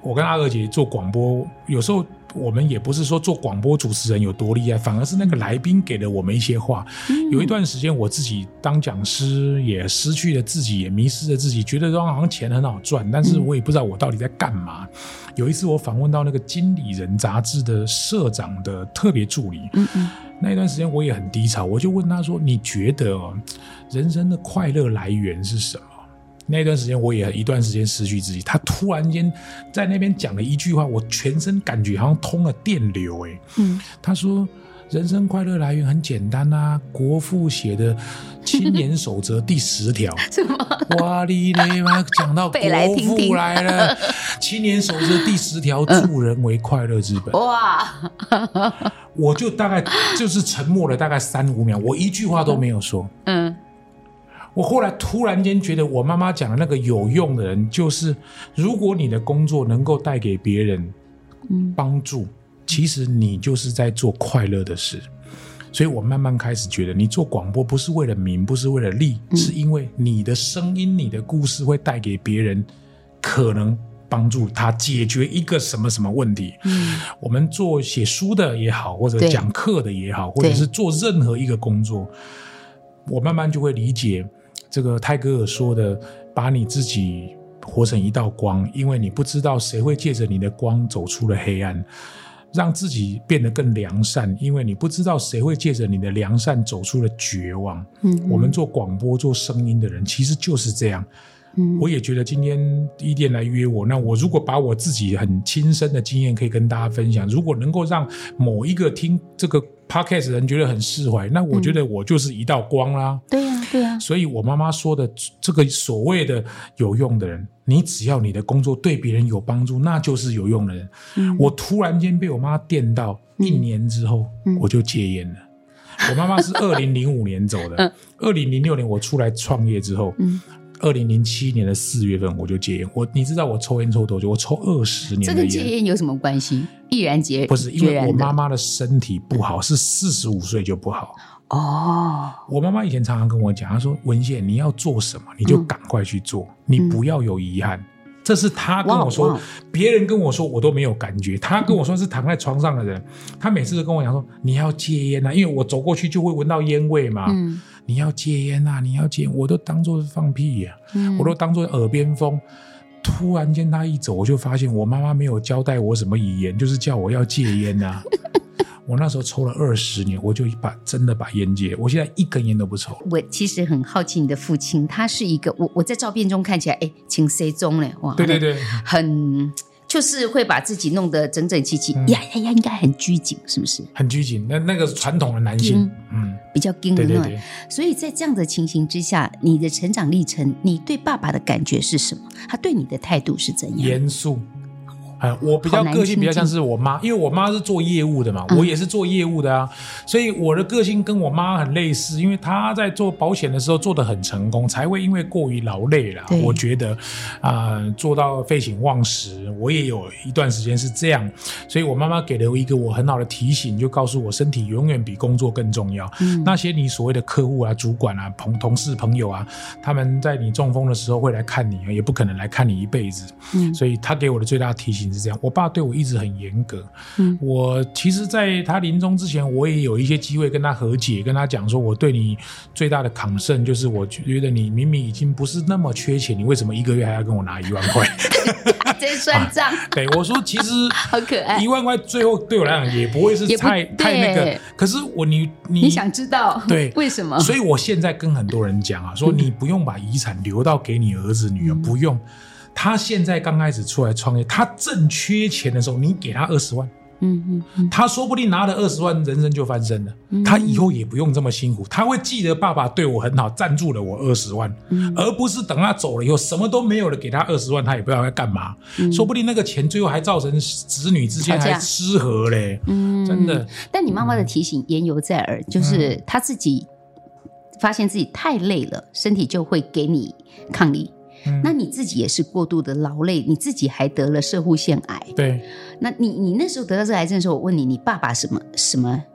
我跟阿娥姐做广播，有时候我们也不是说做广播主持人有多厉害，反而是那个来宾给了我们一些话。嗯、有一段时间我自己当讲师也失去了自己，也迷失了自己，觉得好像钱很好赚，但是我也不知道我到底在干嘛。嗯、有一次我访问到那个《经理人》杂志的社长的特别助理，嗯嗯，那一段时间我也很低潮，我就问他说：“你觉得、哦、人生的快乐来源是什么？”那段时间我也一段时间失去自己，他突然间在那边讲了一句话，我全身感觉好像通了电流、欸嗯、他说人生快乐来源很简单啊，国父写的青年守则第十条什么？ 哇哩嘞嘛，讲到国父来了，青年守则第十条，助人为快乐之本。哇！我就大概就是沉默了大概三五秒，我一句话都没有说。嗯。我后来突然间觉得我妈妈讲的那个有用的人，就是如果你的工作能够带给别人帮助、嗯、其实你就是在做快乐的事。所以我慢慢开始觉得你做广播不是为了名，不是为了利、嗯、是因为你的声音你的故事会带给别人可能帮助他解决一个什么什么问题、嗯、我们做写书的也好，或者讲课的也好，或者是做任何一个工作，我慢慢就会理解这个泰戈尔说的，把你自己活成一道光，因为你不知道谁会借着你的光走出了黑暗，让自己变得更良善，因为你不知道谁会借着你的良善走出了绝望。嗯，我们做广播做声音的人其实就是这样。嗯，我也觉得今天伊甸来约我，那我如果把我自己很亲身的经验可以跟大家分享，如果能够让某一个听这个 podcast 的人觉得很释怀，那我觉得我就是一道光啦。嗯、对啊对啊，所以我妈妈说的这个所谓的有用的人，你只要你的工作对别人有帮助，那就是有用的人。嗯、我突然间被我妈电到，一年之后、嗯、我就戒烟了。我妈妈是二零零五年走的，二零零六年我出来创业之后、嗯二零零七年的四月份我就戒烟。我你知道我抽烟抽多久？我抽二十年的烟。这跟戒烟有什么关系？毅然决不是因为我妈妈的身体不好，是四十五岁就不好。哦，我妈妈以前常常跟我讲，她说文宪你要做什么你就赶快去做、嗯、你不要有遗憾。这是他跟我说，别人跟我说我都没有感觉，他跟我说是躺在床上的人，他每次都跟我讲说你要戒烟啊，因为我走过去就会闻到烟味嘛、嗯、你要戒烟啊，你要戒烟，我都当作是放屁啊、嗯、我都当作耳边风。突然间他一走，我就发现我妈妈没有交代我什么遗言，就是叫我要戒烟啊我那时候抽了二十年，我就把真的把烟戒，我现在一根烟都不抽。我其实很好奇你的父亲，他是一个我我在照片中看起来，哎，清西中嘞，哇，对对对，很就是会把自己弄得整整齐齐，嗯、呀呀呀，应该很拘谨，是不是？很拘谨，那那个传统的男性，嗯，比较硬，对对对。所以在这样的情形之下，你的成长历程，你对爸爸的感觉是什么？他对你的态度是怎样？严肃。呃、我比较个性比较像是我妈，因为我妈是做业务的嘛、嗯、我也是做业务的啊，所以我的个性跟我妈很类似，因为她在做保险的时候做得很成功，才会因为过于劳累啦，我觉得、呃、做到废寝忘食，我也有一段时间是这样，所以我妈妈给了我一个我很好的提醒，就告诉我身体永远比工作更重要、嗯、那些你所谓的客户啊主管啊同同事朋友啊，他们在你中风的时候会来看你，也不可能来看你一辈子、嗯、所以他给我的最大的提醒是这样。我爸对我一直很严格、嗯、我其实在他临终之前我也有一些机会跟他和解，跟他讲说我对你最大的concern就是我觉得你明明已经不是那么缺钱，你为什么一个月还要跟我拿一万块在算账、啊、对，我说其实好可爱，一万块最后对我来讲也不会是太太那个，可是我你你你想知道对为什么，所以我现在跟很多人讲啊，说你不用把遗产留到给你儿子女儿、嗯、不用，他现在刚开始出来创业，他正缺钱的时候，你给他二十万，嗯嗯嗯，他说不定拿了二十万，人生就翻身了、嗯。他以后也不用这么辛苦，他会记得爸爸对我很好，赞助了我二十万、嗯，而不是等他走了以后什么都没有了，给他二十万，他也不知道该干嘛、嗯。说不定那个钱最后还造成子女之间还失和嘞，嗯，真的。但你妈妈的提醒言犹在耳，就是他自己发现自己太累了，身体就会给你抗力。嗯、那你自己也是过度的劳累，你自己还得了攝護腺癌。对，那你你那时候得到这个癌症的时候，我问你，你爸爸什么什么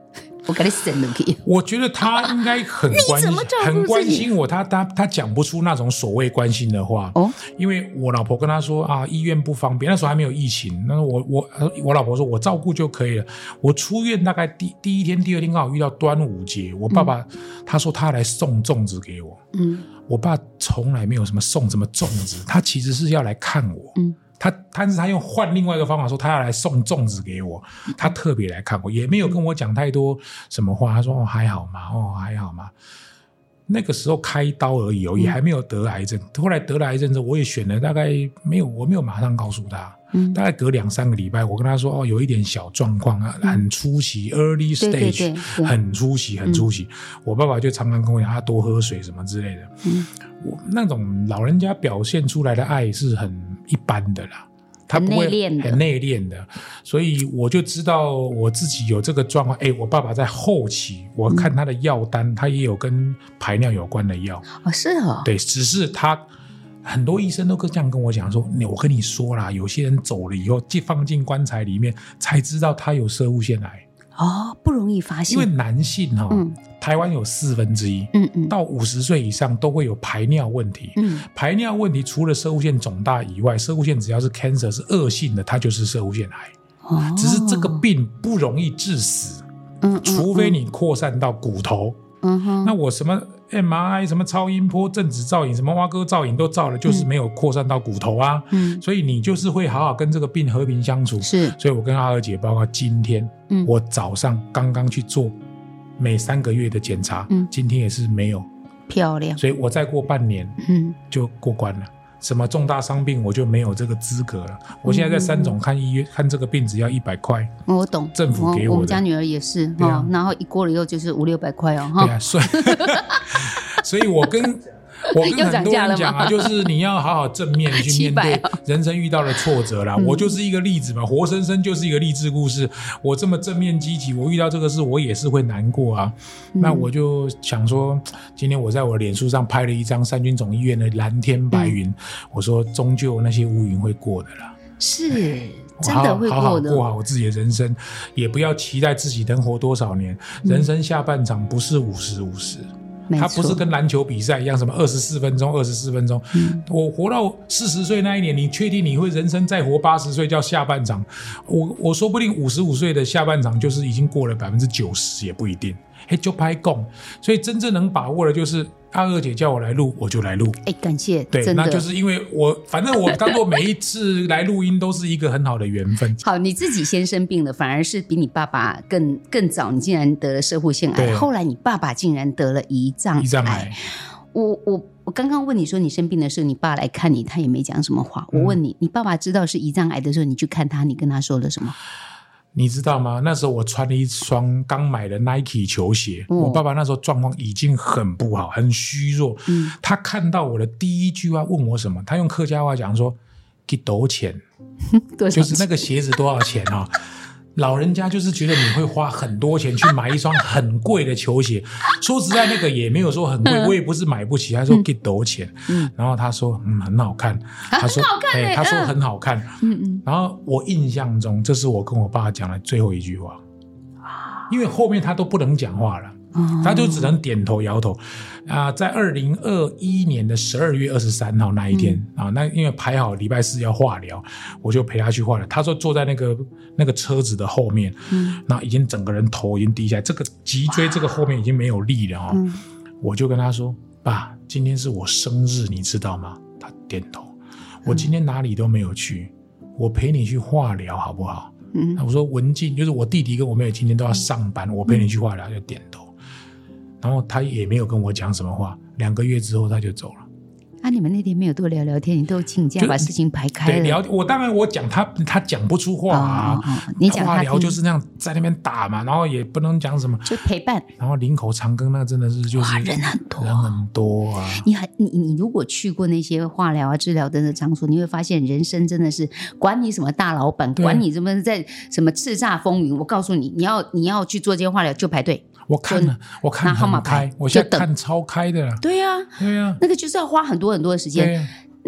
我给你省了去。 我觉得他应该很关心，很关心我。他他他讲不出那种所谓关心的话，哦，因为我老婆跟他说啊，医院不方便，那时候还没有疫情。那我我我老婆说我照顾就可以了。我出院大概第第一天、第二天刚好遇到端午节，我爸爸、嗯、他说他来送粽子给我。嗯，我爸从来没有什么送什么粽子，他其实是要来看我。嗯。他但是他用换另外一个方法说他要来送粽子给我，他特别来看我，也没有跟我讲太多什么话。他说哦还好嘛，哦还好嘛。那个时候开刀而已哦，也还没有得癌症。后来得了癌症之后，我也选了大概没有，我没有马上告诉他，嗯，大概隔两三个礼拜，我跟他说哦有一点小状况啊，很初期 early stage， 对对对，很初期很初期、嗯。我爸爸就常常跟我讲，他多喝水什么之类的。嗯，我那种老人家表现出来的爱是很一般的啦。他不会很内敛的，所以我就知道我自己有这个状况。哎，我爸爸在后期，我看他的药单，嗯、他也有跟排尿有关的药。 哦，是哦。对， 只是他很多医生都这样跟我讲说，我跟你说啦，有些人走了以后，放进棺材里面，才知道他有攝護腺癌。 哦，不容易发现。 因为男性哈、哦嗯，台湾有四分之一，嗯嗯，到五十岁以上都会有排尿问题。嗯，排尿问题除了攝護腺肿大以外，攝護腺只要是 cancer 是恶性的，它就是攝護腺癌。哦，只是这个病不容易致死，嗯，嗯除非你扩散到骨头。嗯哼，那我什么 M R I 什么超音波正子造影什么蛙哥造影都造了，就是没有扩散到骨头啊。嗯，所以你就是会好好跟这个病和平相处。是，所以我跟阿娥姐报告，今天、嗯、我早上刚刚去做每三个月的检查、嗯、今天也是没有， 漂亮。 所以我再过半年、嗯、就过关了。什么重大伤病我就没有这个资格了。我现在在三总看医院、嗯、看这个病只要一百块。 我懂， 政府给我的。 我们家女儿也是、啊哦、然后一过了以后就是五六百块哦。 对啊，所以所以我跟我跟很多人讲啊，就是你要好好正面去面对人生遇到的挫折啦。我就是一个例子嘛，活生生就是一个励志故事。我这么正面积极，我遇到这个事我也是会难过啊、嗯、那我就想说，今天我在我的脸书上拍了一张三军总医院的蓝天白云、嗯、我说终究那些乌云会过的啦。 是真的会过的， 好好过好我自己的人生，也不要期待自己能活多少年、嗯、人生下半场不是五十五十，它不是跟篮球比赛一样什么二十四分钟二十四分钟、嗯、我活到四十岁那一年，你确定你会人生再活八十岁叫下半场？我我说不定五十五岁的下半场就是已经过了百分之九十也不一定，嘿就拍供。所以真正能把握的就是阿娥姐叫我来录我就来录。 哎，感谢。 对，那就是因为我反正我当作每一次来录音都是一个很好的缘分。 好，你自己先生病了，反而是比你爸爸更更早，你竟然得了攝護腺癌，后来你爸爸竟然得了胰脏癌。胰脏癌。我我我刚刚问你说你生病的时候，你爸来看你，他也没讲什么话。我问你，你爸爸知道是胰脏癌的时候，你去看他，你跟他说了什么？ 你知道吗？那时候我穿了一双刚买的 Nike 球鞋、嗯、我爸爸那时候状况已经很不好，很虚弱、嗯、他看到我的第一句话问我什么？他用客家话讲说给多钱就是那个鞋子多少钱啊、哦？老人家就是觉得你会花很多钱去买一双很贵的球鞋，说实在那个也没有说很贵，我也不是买不起。他说给多钱、嗯、然后他说嗯很好看，他说很好看、欸欸、他说很好看、嗯嗯、然后我印象中这是我跟我爸讲的最后一句话，因为后面他都不能讲话了，他就只能点头摇头啊、呃，在二零二一年的十二月二十三号那一天、嗯、啊，那因为排好礼拜四要化疗，我就陪他去化疗。他说坐在那个那个车子的后面，嗯，那已经整个人头已经低下来，这个脊椎这个后面已经没有力了哦。嗯、我就跟他说：“爸，今天是我生日，你知道吗？”他点头。我今天哪里都没有去，我陪你去化疗好不好？嗯，我说文静，就是我弟弟跟我妹妹今天都要上班，我陪你去化疗，就点头。然后他也没有跟我讲什么话，两个月之后他就走了。 啊，你们那天没有多聊聊天，你都请假把事情排开了。 对，聊我当然我讲他他讲不出话啊，哦哦、 你讲他化疗就是那样在那边打嘛，然后也不能讲什么， 就陪伴。 然后林口长庚那个真的是就是人很多， 人很多啊。 你还你你如果去过那些化疗啊治疗的场所，你会发现人生真的是管你什么大老板，管你什么在什么叱咤风云，我告诉你，你要你要去做这些化疗就排队。 我看了，我看很开，我现在看超开的了。 对呀、啊， 对呀、啊， 那个就是要花很多很多的时间。那其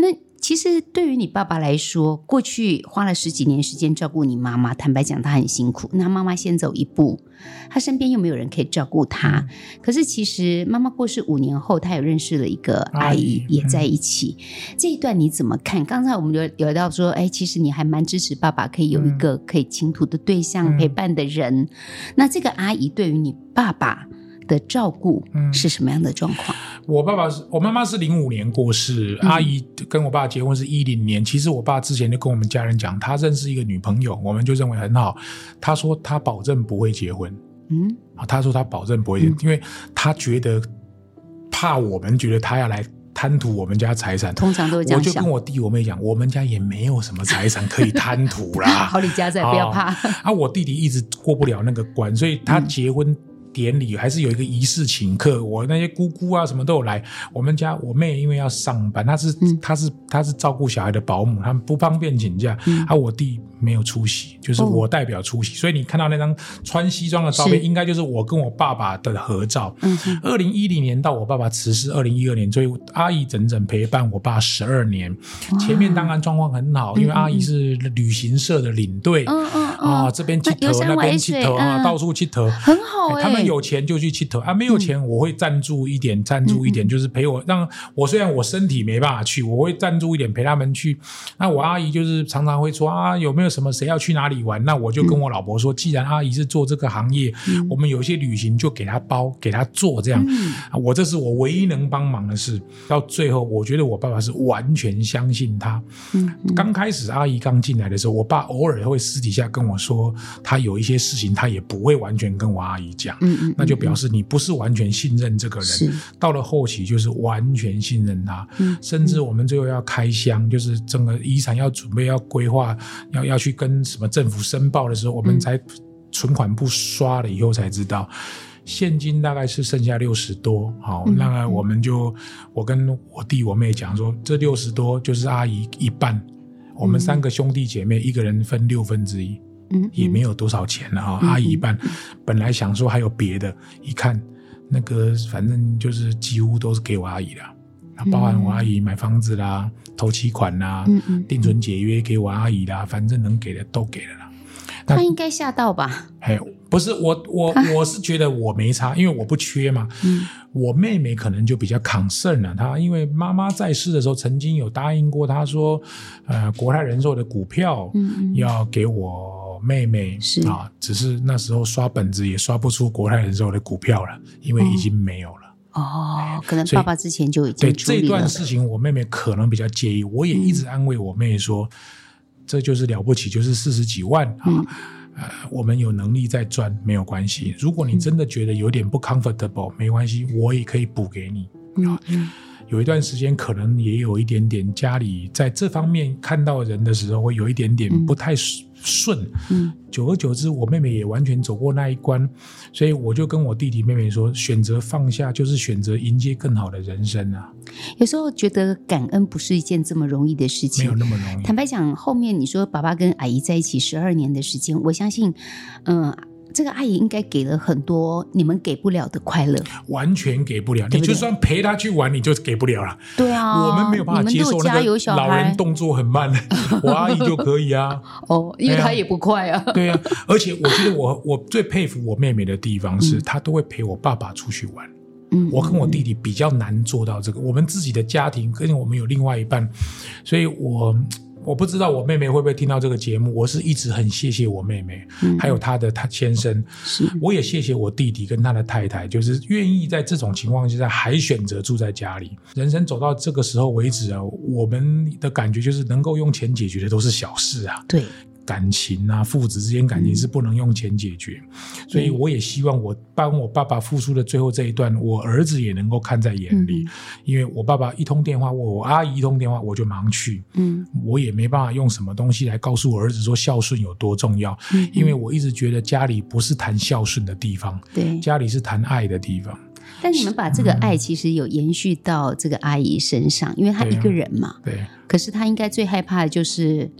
其实对于你爸爸来说，过去花了十几年时间照顾你妈妈，坦白讲他很辛苦，那妈妈先走一步，他身边又没有人可以照顾他、嗯、可是其实妈妈过世五年后，他有认识了一个阿姨，也在一起、嗯、这一段你怎么看？刚才我们有聊到说，哎，其实你还蛮支持爸爸可以有一个可以倾吐的对象、嗯、陪伴的人，那这个阿姨对于你爸爸的照顾是什么样的状况？ 嗯、我爸爸是我妈妈是零五年过世、嗯、阿姨跟我爸结婚是一零年。其实我爸之前就跟我们家人讲，他认识一个女朋友，我们就认为很好。他说他保证不会结婚。嗯，他说他保证不会结婚、嗯、因为他觉得怕我们觉得他要来贪图我们家财产， 通常都是这样想。 我就跟我弟我妹讲，我们家也没有什么财产可以贪图啦。 好李家在，不要怕、 哦、啊，我弟弟一直过不了那个关，所以他结婚典礼还是有一个仪式请客，我那些姑姑啊什么都有来。我们家我妹因为要上班，她是、嗯、她是她是照顾小孩的保姆，他们不方便请假、嗯、啊，我弟没有出席，就是我代表出席、哦、所以你看到那张穿西装的照片应该就是我跟我爸爸的合照。二零一零年到我爸爸辞世二零一二年，所以阿姨整整陪伴我爸十二年。前面当然状况很好，因为阿姨是旅行社的领队、嗯嗯嗯、啊，这边剃头那边剃头、嗯、啊，到处剃头很好、欸、 他们有钱就去剃头啊，没有钱我会赞助一点，赞助一点、嗯、就是陪我，让我虽然我身体没办法去，我会赞助一点陪他们去。那我阿姨就是常常会说啊，有没有什么谁要去哪里玩，那我就跟我老婆说、嗯、既然阿姨是做这个行业、嗯、我们有些旅行就给她包给她做这样、嗯啊、我这是我唯一能帮忙的事。到最后我觉得我爸爸是完全相信他。嗯嗯、刚开始阿姨刚进来的时候，我爸偶尔会私底下跟我说他有一些事情他也不会完全跟我阿姨讲、嗯嗯、那就表示你不是完全信任这个人。到了后期就是完全信任他、嗯、甚至我们最后要开箱，就是整个遗产要准备要规划要要去跟什么政府申报的时候，我们才存款簿刷了以后才知道现金大概是剩下六十多。好，那我们就我跟我弟我妹讲说，这六十多就是阿姨一半，我们三个兄弟姐妹一个人分六分之一，也没有多少钱了哈。阿姨一半，本来想说还有别的，一看那个反正就是几乎都是给我阿姨啦，包含我阿姨买房子啦、头期款啦、定存解约给我阿姨啦，反正能给的都给了啦。 他应该吓到吧？ 嘿，不是我我我是觉得我没差，因为我不缺嘛。嗯、我妹妹可能就比较 concern 了，她因为妈妈在世的时候曾经有答应过她说，呃，国泰人寿的股票要给我妹妹、嗯、是啊，只是那时候刷本子也刷不出国泰人寿的股票了，因为已经没有了。 哦，哦可能爸爸之前就已经处理了。 对这段事情，我妹妹可能比较介意，我也一直安慰我妹妹说。嗯这就是了不起，就是四十几万啊、嗯呃！我们有能力再赚没有关系。如果你真的觉得有点不 comfortable，、嗯、没关系，我也可以补给你。嗯嗯、有一段时间可能也有一点点家里在这方面看到人的时候会有一点点不太顺。嗯、久而久之，我妹妹也完全走过那一关，所以我就跟我弟弟妹妹说，选择放下就是选择迎接更好的人生啊。 有时候觉得感恩不是一件这么容易的事情， 没有那么容易。 坦白讲，后面你说爸爸跟阿姨在一起十二年的时间，我相信嗯、呃这个阿姨应该给了很多你们给不了的快乐， 完全给不了，对不对？你就算陪她去玩你就给不了了。 对啊， 我们没有办法接受那个老人动作很慢我阿姨就可以啊哦，因为她也不快啊对啊，而且我觉得我我最佩服我妹妹的地方是、嗯、她都会陪我爸爸出去玩。嗯，我跟我弟弟比较难做到这个，我们自己的家庭跟我们有另外一半，所以我我不知道我妹妹会不会听到这个节目，我是一直很谢谢我妹妹、嗯、还有她的她先生，我也谢谢我弟弟跟他的太太，就是愿意在这种情况下还选择住在家里。人生走到这个时候为止啊，我们的感觉就是能够用钱解决的都是小事啊。 对， 感情啊，父子之间感情是不能用钱解决、嗯、所以我也希望我帮我爸爸付出的最后这一段，我儿子也能够看在眼里、嗯、因为我爸爸一通电话，我阿姨一通电话我就忙去，嗯，我也没办法用什么东西来告诉我儿子说孝顺有多重要、嗯、因为我一直觉得家里不是谈孝顺的地方，对，家里是谈爱的地方。 但你们把这个爱其实有延续到这个阿姨身上，因为她一个人嘛，对，可是她应该最害怕的就是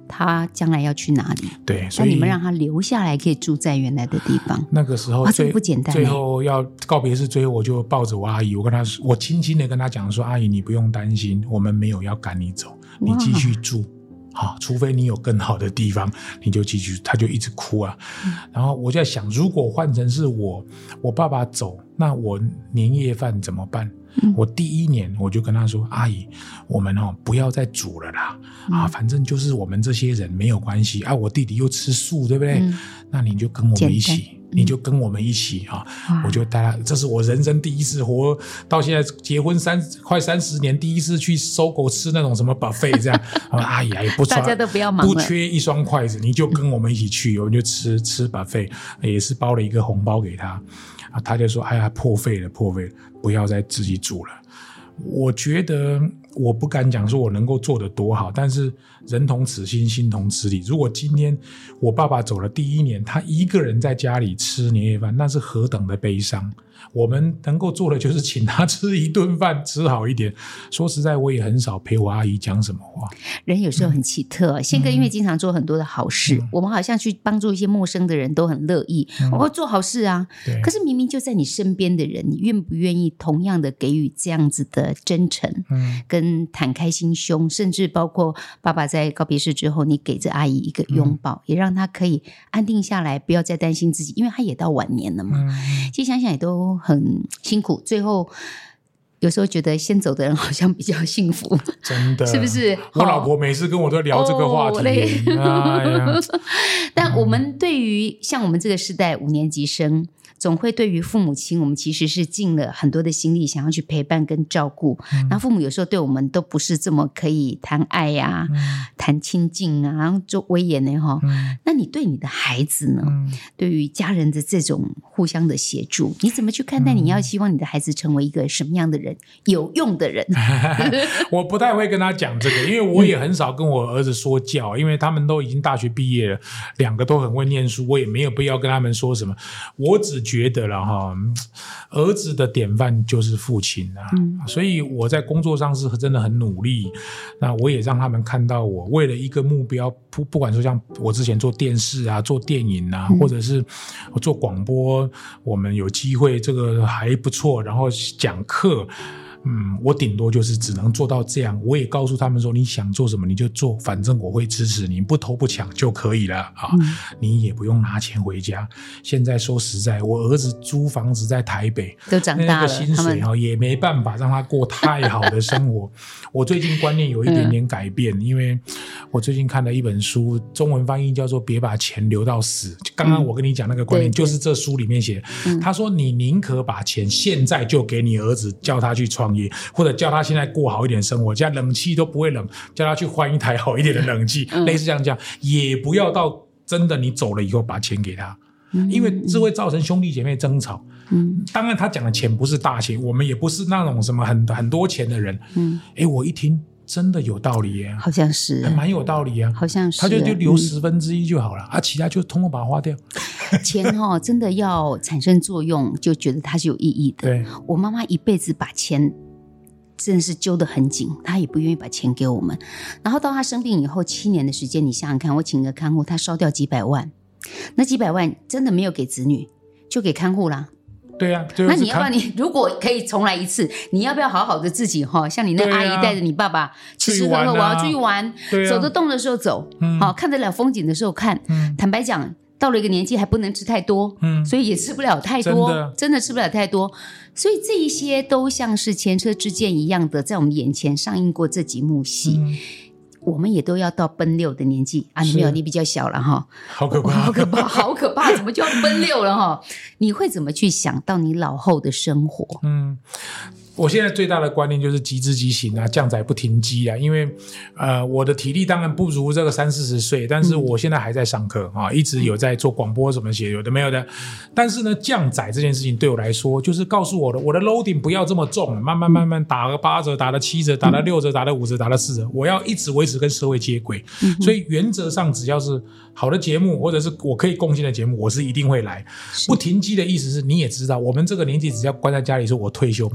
他将来要去哪里。 对，所以那你们让他留下来，可以住在原来的地方。 那个时候最、 啊、不简单、欸。 最后要告别式，最后我就抱着我阿姨，我跟她，我轻轻的跟她讲说：“阿姨，你不用担心，我们没有要赶你走，你继续住。”好，除非你有更好的地方，你就继续。他就一直哭啊、嗯、然后我就在想，如果换成是我我爸爸走，那我年夜饭怎么办、嗯、我第一年我就跟他说，阿姨，我们哦不要再煮了啦、嗯、啊，反正就是我们这些人没有关系啊，我弟弟又吃素，对不对、嗯、那你就跟我们一起，你就跟我们一起啊！我就带他，这是我人生第一次活到现在结婚三快三十年，第一次去搜狗吃那种什么 buffet 这样。阿姨也不大家都不要忙了， 不缺一双筷子，你就跟我们一起去，我们就吃吃 buffet， 也是包了一个红包给他啊，他就说：“哎呀，破费了，破费了，不要再自己煮了。”我觉得我不敢讲说我能够做得多好，但是人同此心，心同此理。如果今天我爸爸走了第一年，他一个人在家里吃年夜饭，那是何等的悲伤。我们能够做的就是请他吃一顿饭，吃好一点。说实在，我也很少陪我阿姨讲什么话。 人有时候很奇特，宪哥因为经常做很多的好事、嗯、我们好像去帮助一些陌生的人都很乐意、嗯、我会做好事啊，可是明明就在你身边的人，你愿不愿意同样的给予这样子的真诚、嗯、跟坦开心胸，甚至包括爸爸在告别式之后，你给这阿姨一个拥抱、嗯、也让她可以安定下来，不要再担心自己，因为她也到晚年了嘛、嗯、其实想想也都很辛苦，最后有时候觉得先走的人好像比较幸福， 真的是不是？ 我老婆每次跟我都聊这个话题、哦哎呀但我们对于像我们这个世代五年级生，总会对于父母亲，我们其实是尽了很多的心力想要去陪伴跟照顾、嗯、然后父母有时候对我们都不是这么可以谈爱呀、啊嗯、谈亲近啊，然后做威严的齁、嗯、那你对你的孩子呢、嗯、对于家人的这种互相的协助，你怎么去看待？你要希望你的孩子成为一个什么样的人？有用的人我不太会跟他讲这个，因为我也很少跟我儿子说教，因为他们都已经大学毕业了，两个都很会念书，我也没有必要跟他们说什么。我只觉得了哈，儿子的典范就是父亲啊、嗯、所以我在工作上是真的很努力，那我也让他们看到我为了一个目标，不不管说像我之前做电视啊，做电影啊、嗯、或者是我做广播，我们有机会这个还不错，然后讲课，嗯，我顶多就是只能做到这样。我也告诉他们说，你想做什么你就做，反正我会支持你，不偷不抢就可以了啊、嗯！你也不用拿钱回家。现在说实在，我儿子租房子在台北， 都长大了， 那个薪水也没办法让他过太好的生活。我最近观念有一点点改变、嗯，因为我最近看了一本书，中文翻译叫做《别把钱留到死》。刚刚我跟你讲那个观念，嗯、就是这书里面写，他说你宁可把钱现在就给你儿子，叫他去创业，或者叫他现在过好一点生活，叫冷气都不会冷，叫他去换一台好一点的冷气、嗯、类似这样讲，也不要到真的你走了以后把钱给他、嗯、因为这会造成兄弟姐妹争吵、嗯、当然他讲的钱不是大钱，我们也不是那种什么 很, 很多钱的人、嗯、诶我一听真的有道理耶， 好像是蛮有道理啊， 好像是， 他就就留十分之一就好了、嗯、啊，其他就通通把它花掉。 钱哦，真的要产生作用，就觉得它是有意义的。 对， 我妈妈一辈子把钱真的是揪得很紧，她也不愿意把钱给我们。然后到她生病以后七年的时间，你想想看，我请个看护，她烧掉几百万，那几百万真的没有给子女，就给看护啦。 对啊， 那你要不要你如果可以重来一次，你要不要好好的自己哈？像你那阿姨带着你爸爸吃吃喝喝，我要出去玩，啊、走得动的时候走，嗯、好看得了风景的时候看。嗯、坦白讲，到了一个年纪还不能吃太多，嗯、所以也吃不了太多，真的, 真的吃不了太多。所以这一些都像是前车之鉴一样的，在我们眼前上映过这几幕戏。嗯，我们也都要到奔六的年纪啊！你没有，你比较小了哈， 好可怕， 好可怕，好可怕！怎么就要奔六了哈？你会怎么去想到你老后的生活？嗯。 我现在最大的观念就是急之急行啊，降载不停机啊，因为呃我的体力当然不如这个三四十岁，但是我现在还在上课啊，一直有在做广播什么写，有的没有的。但是呢，降载这件事情对我来说，就是告诉我的我的 loading 不要这么重，慢慢慢慢打个八折，打了七折，打了六折，打了五折，打了四折，我要一直维持跟社会接轨。嗯、所以原则上只要是好的节目，或者是我可以贡献的节目，我是一定会来。不停机的意思是，你也知道，我们这个年纪只要关在家里说我退休，每天就只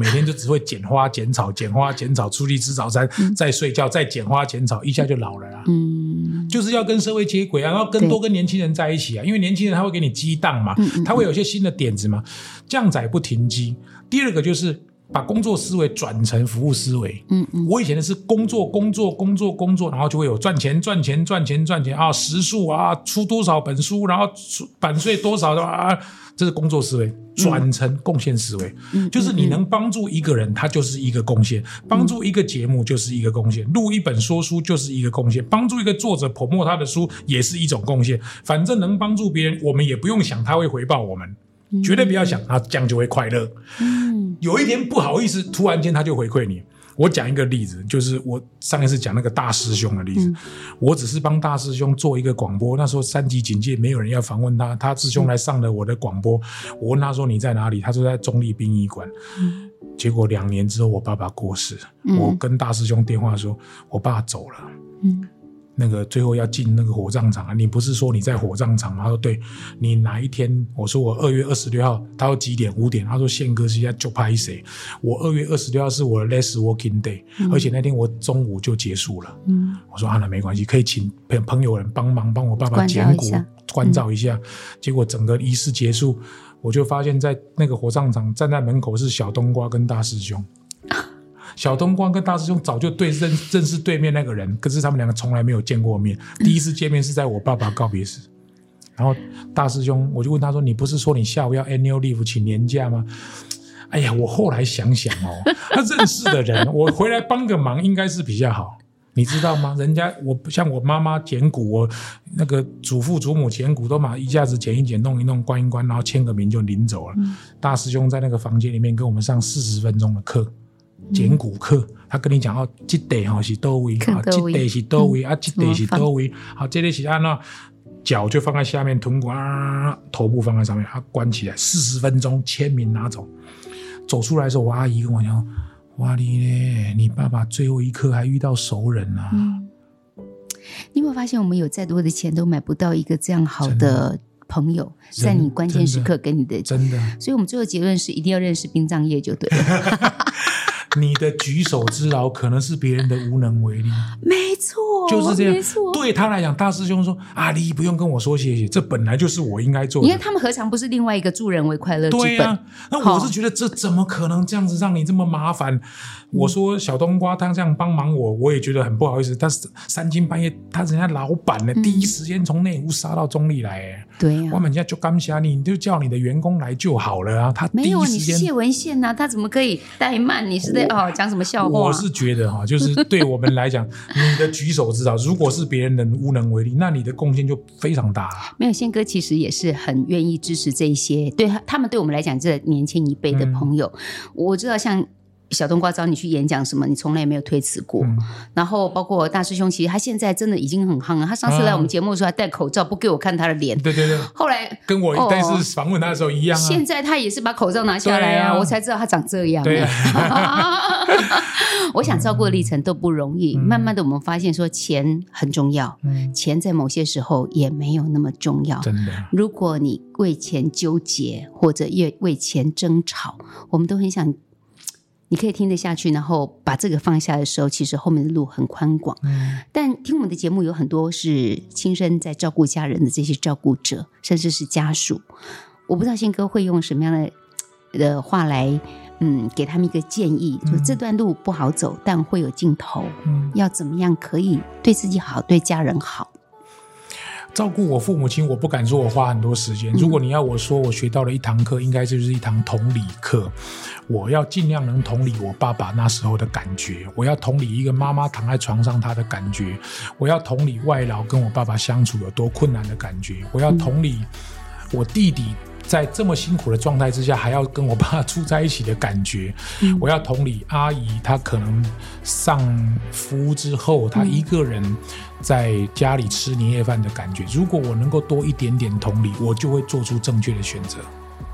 会剪花剪草剪花剪草，出去吃早餐、嗯、再睡觉再剪花剪草，一下就老了啦。嗯，就是要跟社会接轨啊，然后跟多跟年轻人在一起啊，因为年轻人他会给你激荡嘛，嗯嗯，他会有一些新的点子嘛，降载不停机。第二个就是把工作思维转成服务思维。嗯嗯，我以前的是工作工作工作工作，然后就会有赚钱赚钱赚钱赚钱啊，时数啊，出多少本书，然后版税多少啊，这是工作思维。转成贡献思维、嗯、就是你能帮助一个人他就是一个贡献，帮助一个节目就是一个贡献，录一本说书就是一个贡献，帮助一个作者 promote 他的书也是一种贡献。反正能帮助别人，我们也不用想他会回报我们，绝对不要想他这样就会快乐。嗯，有一天不好意思突然间他就回馈你。我讲一个例子，就是我上一次讲那个大师兄的例子、嗯、我只是帮大师兄做一个广播，那时候三级警戒没有人要访问他，他师兄来上了我的广播、嗯、我问他说你在哪里，他说在中立殡仪馆、嗯、结果两年之后我爸爸过世、嗯、我跟大师兄电话说我爸走了，嗯，那个最后要进那个火葬场啊，你不是说你在火葬场吗？他说对，你哪一天？我说我二月二十六号，他说几点？五点。他说宪哥现在就拍谁？我二月二十六号是我的 last working day、嗯、而且那天我中午就结束了。嗯，我说啊，那没关系，可以请朋友人帮忙帮我爸爸捡骨关照一下、嗯、结果整个仪式结束，我就发现在那个火葬场站在门口是小冬瓜跟大师兄。小冬瓜跟大师兄早就对 认, 认识对面那个人，可是他们两个从来没有见过面，第一次见面是在我爸爸告别式。然后大师兄我就问他说，你不是说你下午要 annual leave 请年假吗？哎呀，我后来想想哦，他认识的人我回来帮个忙应该是比较好，你知道吗？人家我像我妈妈捡骨，我那个祖父祖母捡骨都嘛一下子捡一捡弄一弄关一关，然后签个名就领走了、嗯、大师兄在那个房间里面跟我们上四十分钟的课，捡骨课，他跟你讲哦，这地吼是多位，啊，这地是多位、嗯、啊，这地是多位，好，这里是按照脚就放在下面，臀骨啊，头部放在上面，他关起来，四十分钟，签名拿走。走出来的时候，我阿姨跟我讲，哇哩嘞，你爸爸最后一刻还遇到熟人啊。嗯， 你有没有发现，我们有再多的钱都买不到一个这样好的朋友，在你关键时刻给你的， 真的。 所以我们最后结论是，一定要认识殡葬业就对了。 你的举手之劳可能是别人的无能为力， 没错， 就是这样。 没错， 对他来讲，大师兄说：“啊，你不用跟我说谢谢，这本来就是我应该做的。” 你看他们何尝不是另外一个助人为快乐之本？ 对啊，那我是觉得这怎么可能这样子让你这么麻烦？嗯、我说小冬瓜他这样帮忙我，我也觉得很不好意思。但是三更半夜，他人家老板呢、嗯，第一时间从内湖杀到中立来，哎， 对呀、啊， 我们家就感谢你，你就叫你的员工来就好了啊。他第一时间没有， 你是谢文宪呐、啊，他怎么可以怠慢？你是在哦讲什么笑话？ 我是觉得哈，就是对我们来讲，你的举手之劳，如果是别人的无能为力，那你的贡献就非常大了。 没有，宪哥其实也是很愿意支持这一些，对他们对我们来讲，这年轻一辈的朋友，嗯、我知道像。小冬瓜找你去演讲什么，你从来没有推辞过、嗯、然后包括大师兄，其实他现在真的已经很夯了。他上次来我们节目的时候还戴口罩，不给我看他的脸。 对对对， 后来跟我但是访问他的时候一样啊。 现在他也是把口罩拿下来啊，啊我才知道他长这样、欸。对、啊，我想照顾的历程都不容易、嗯、慢慢的我们发现说钱很重要、嗯、钱在某些时候也没有那么重要。 真的， 如果你为钱纠结或者为钱争吵，我们都很想你可以听得下去，然后把这个放下的时候，其实后面的路很宽广、嗯、但听我们的节目有很多是亲身在照顾家人的这些照顾者，甚至是家属，我不知道宪哥会用什么样的的话来嗯，给他们一个建议、嗯、就这段路不好走，但会有尽头、嗯、要怎么样可以对自己好，对家人好。 照顾我父母亲，我不敢说我花很多时间、嗯、如果你要我说我学到了一堂课，应该就是一堂同理课。我要尽量能同理我爸爸那时候的感觉，我要同理一个妈妈躺在床上她的感觉，我要同理外劳跟我爸爸相处有多困难的感觉，我要同理我弟弟在这么辛苦的状态之下还要跟我爸住在一起的感觉、嗯、我要同理阿姨她可能上服务之后她一个人在家里吃年夜饭的感觉，如果我能够多一点点同理，我就会做出正确的选择。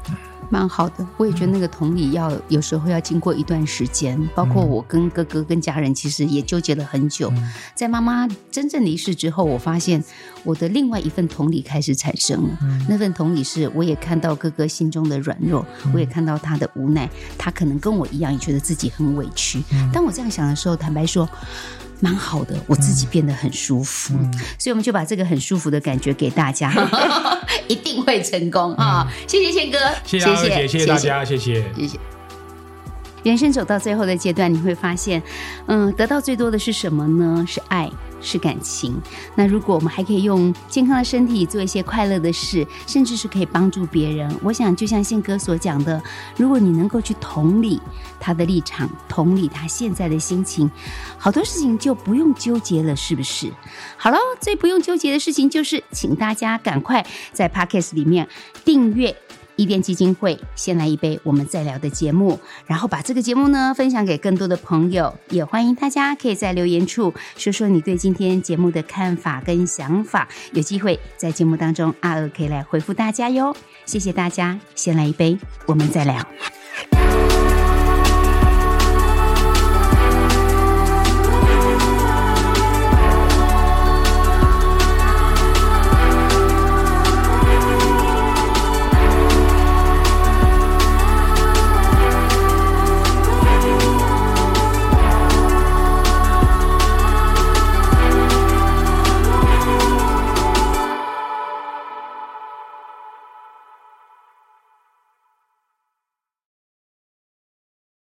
蛮好的。我也觉得那个同理要有时候要经过一段时间，包括我跟哥哥跟家人其实也纠结了很久、嗯、在妈妈真正离世之后，我发现我的另外一份同理开始产生了、嗯、那份同理是我也看到哥哥心中的软弱、嗯、我也看到他的无奈，他可能跟我一样也觉得自己很委屈、嗯、当我这样想的时候，坦白说蛮好的，我自己变得很舒服、嗯、所以我们就把这个很舒服的感觉给大家一定会成功啊、嗯！谢谢宪哥， 谢谢阿娥姐，谢谢大家，谢谢谢谢。人生走到最后的阶段，你会发现嗯，得到最多的是什么呢？是爱，是感情。那如果我们还可以用健康的身体做一些快乐的事，甚至是可以帮助别人，我想就像宪哥所讲的，如果你能够去同理他的立场，同理他现在的心情，好多事情就不用纠结了，是不是？好了，最不用纠结的事情就是请大家赶快在 Podcast 里面订阅伊甸基金会先来一杯我们再聊的节目，然后把这个节目呢分享给更多的朋友，也欢迎大家可以在留言处说说你对今天节目的看法跟想法，有机会在节目当中阿娥可以来回复大家哟。谢谢大家，先来一杯我们再聊。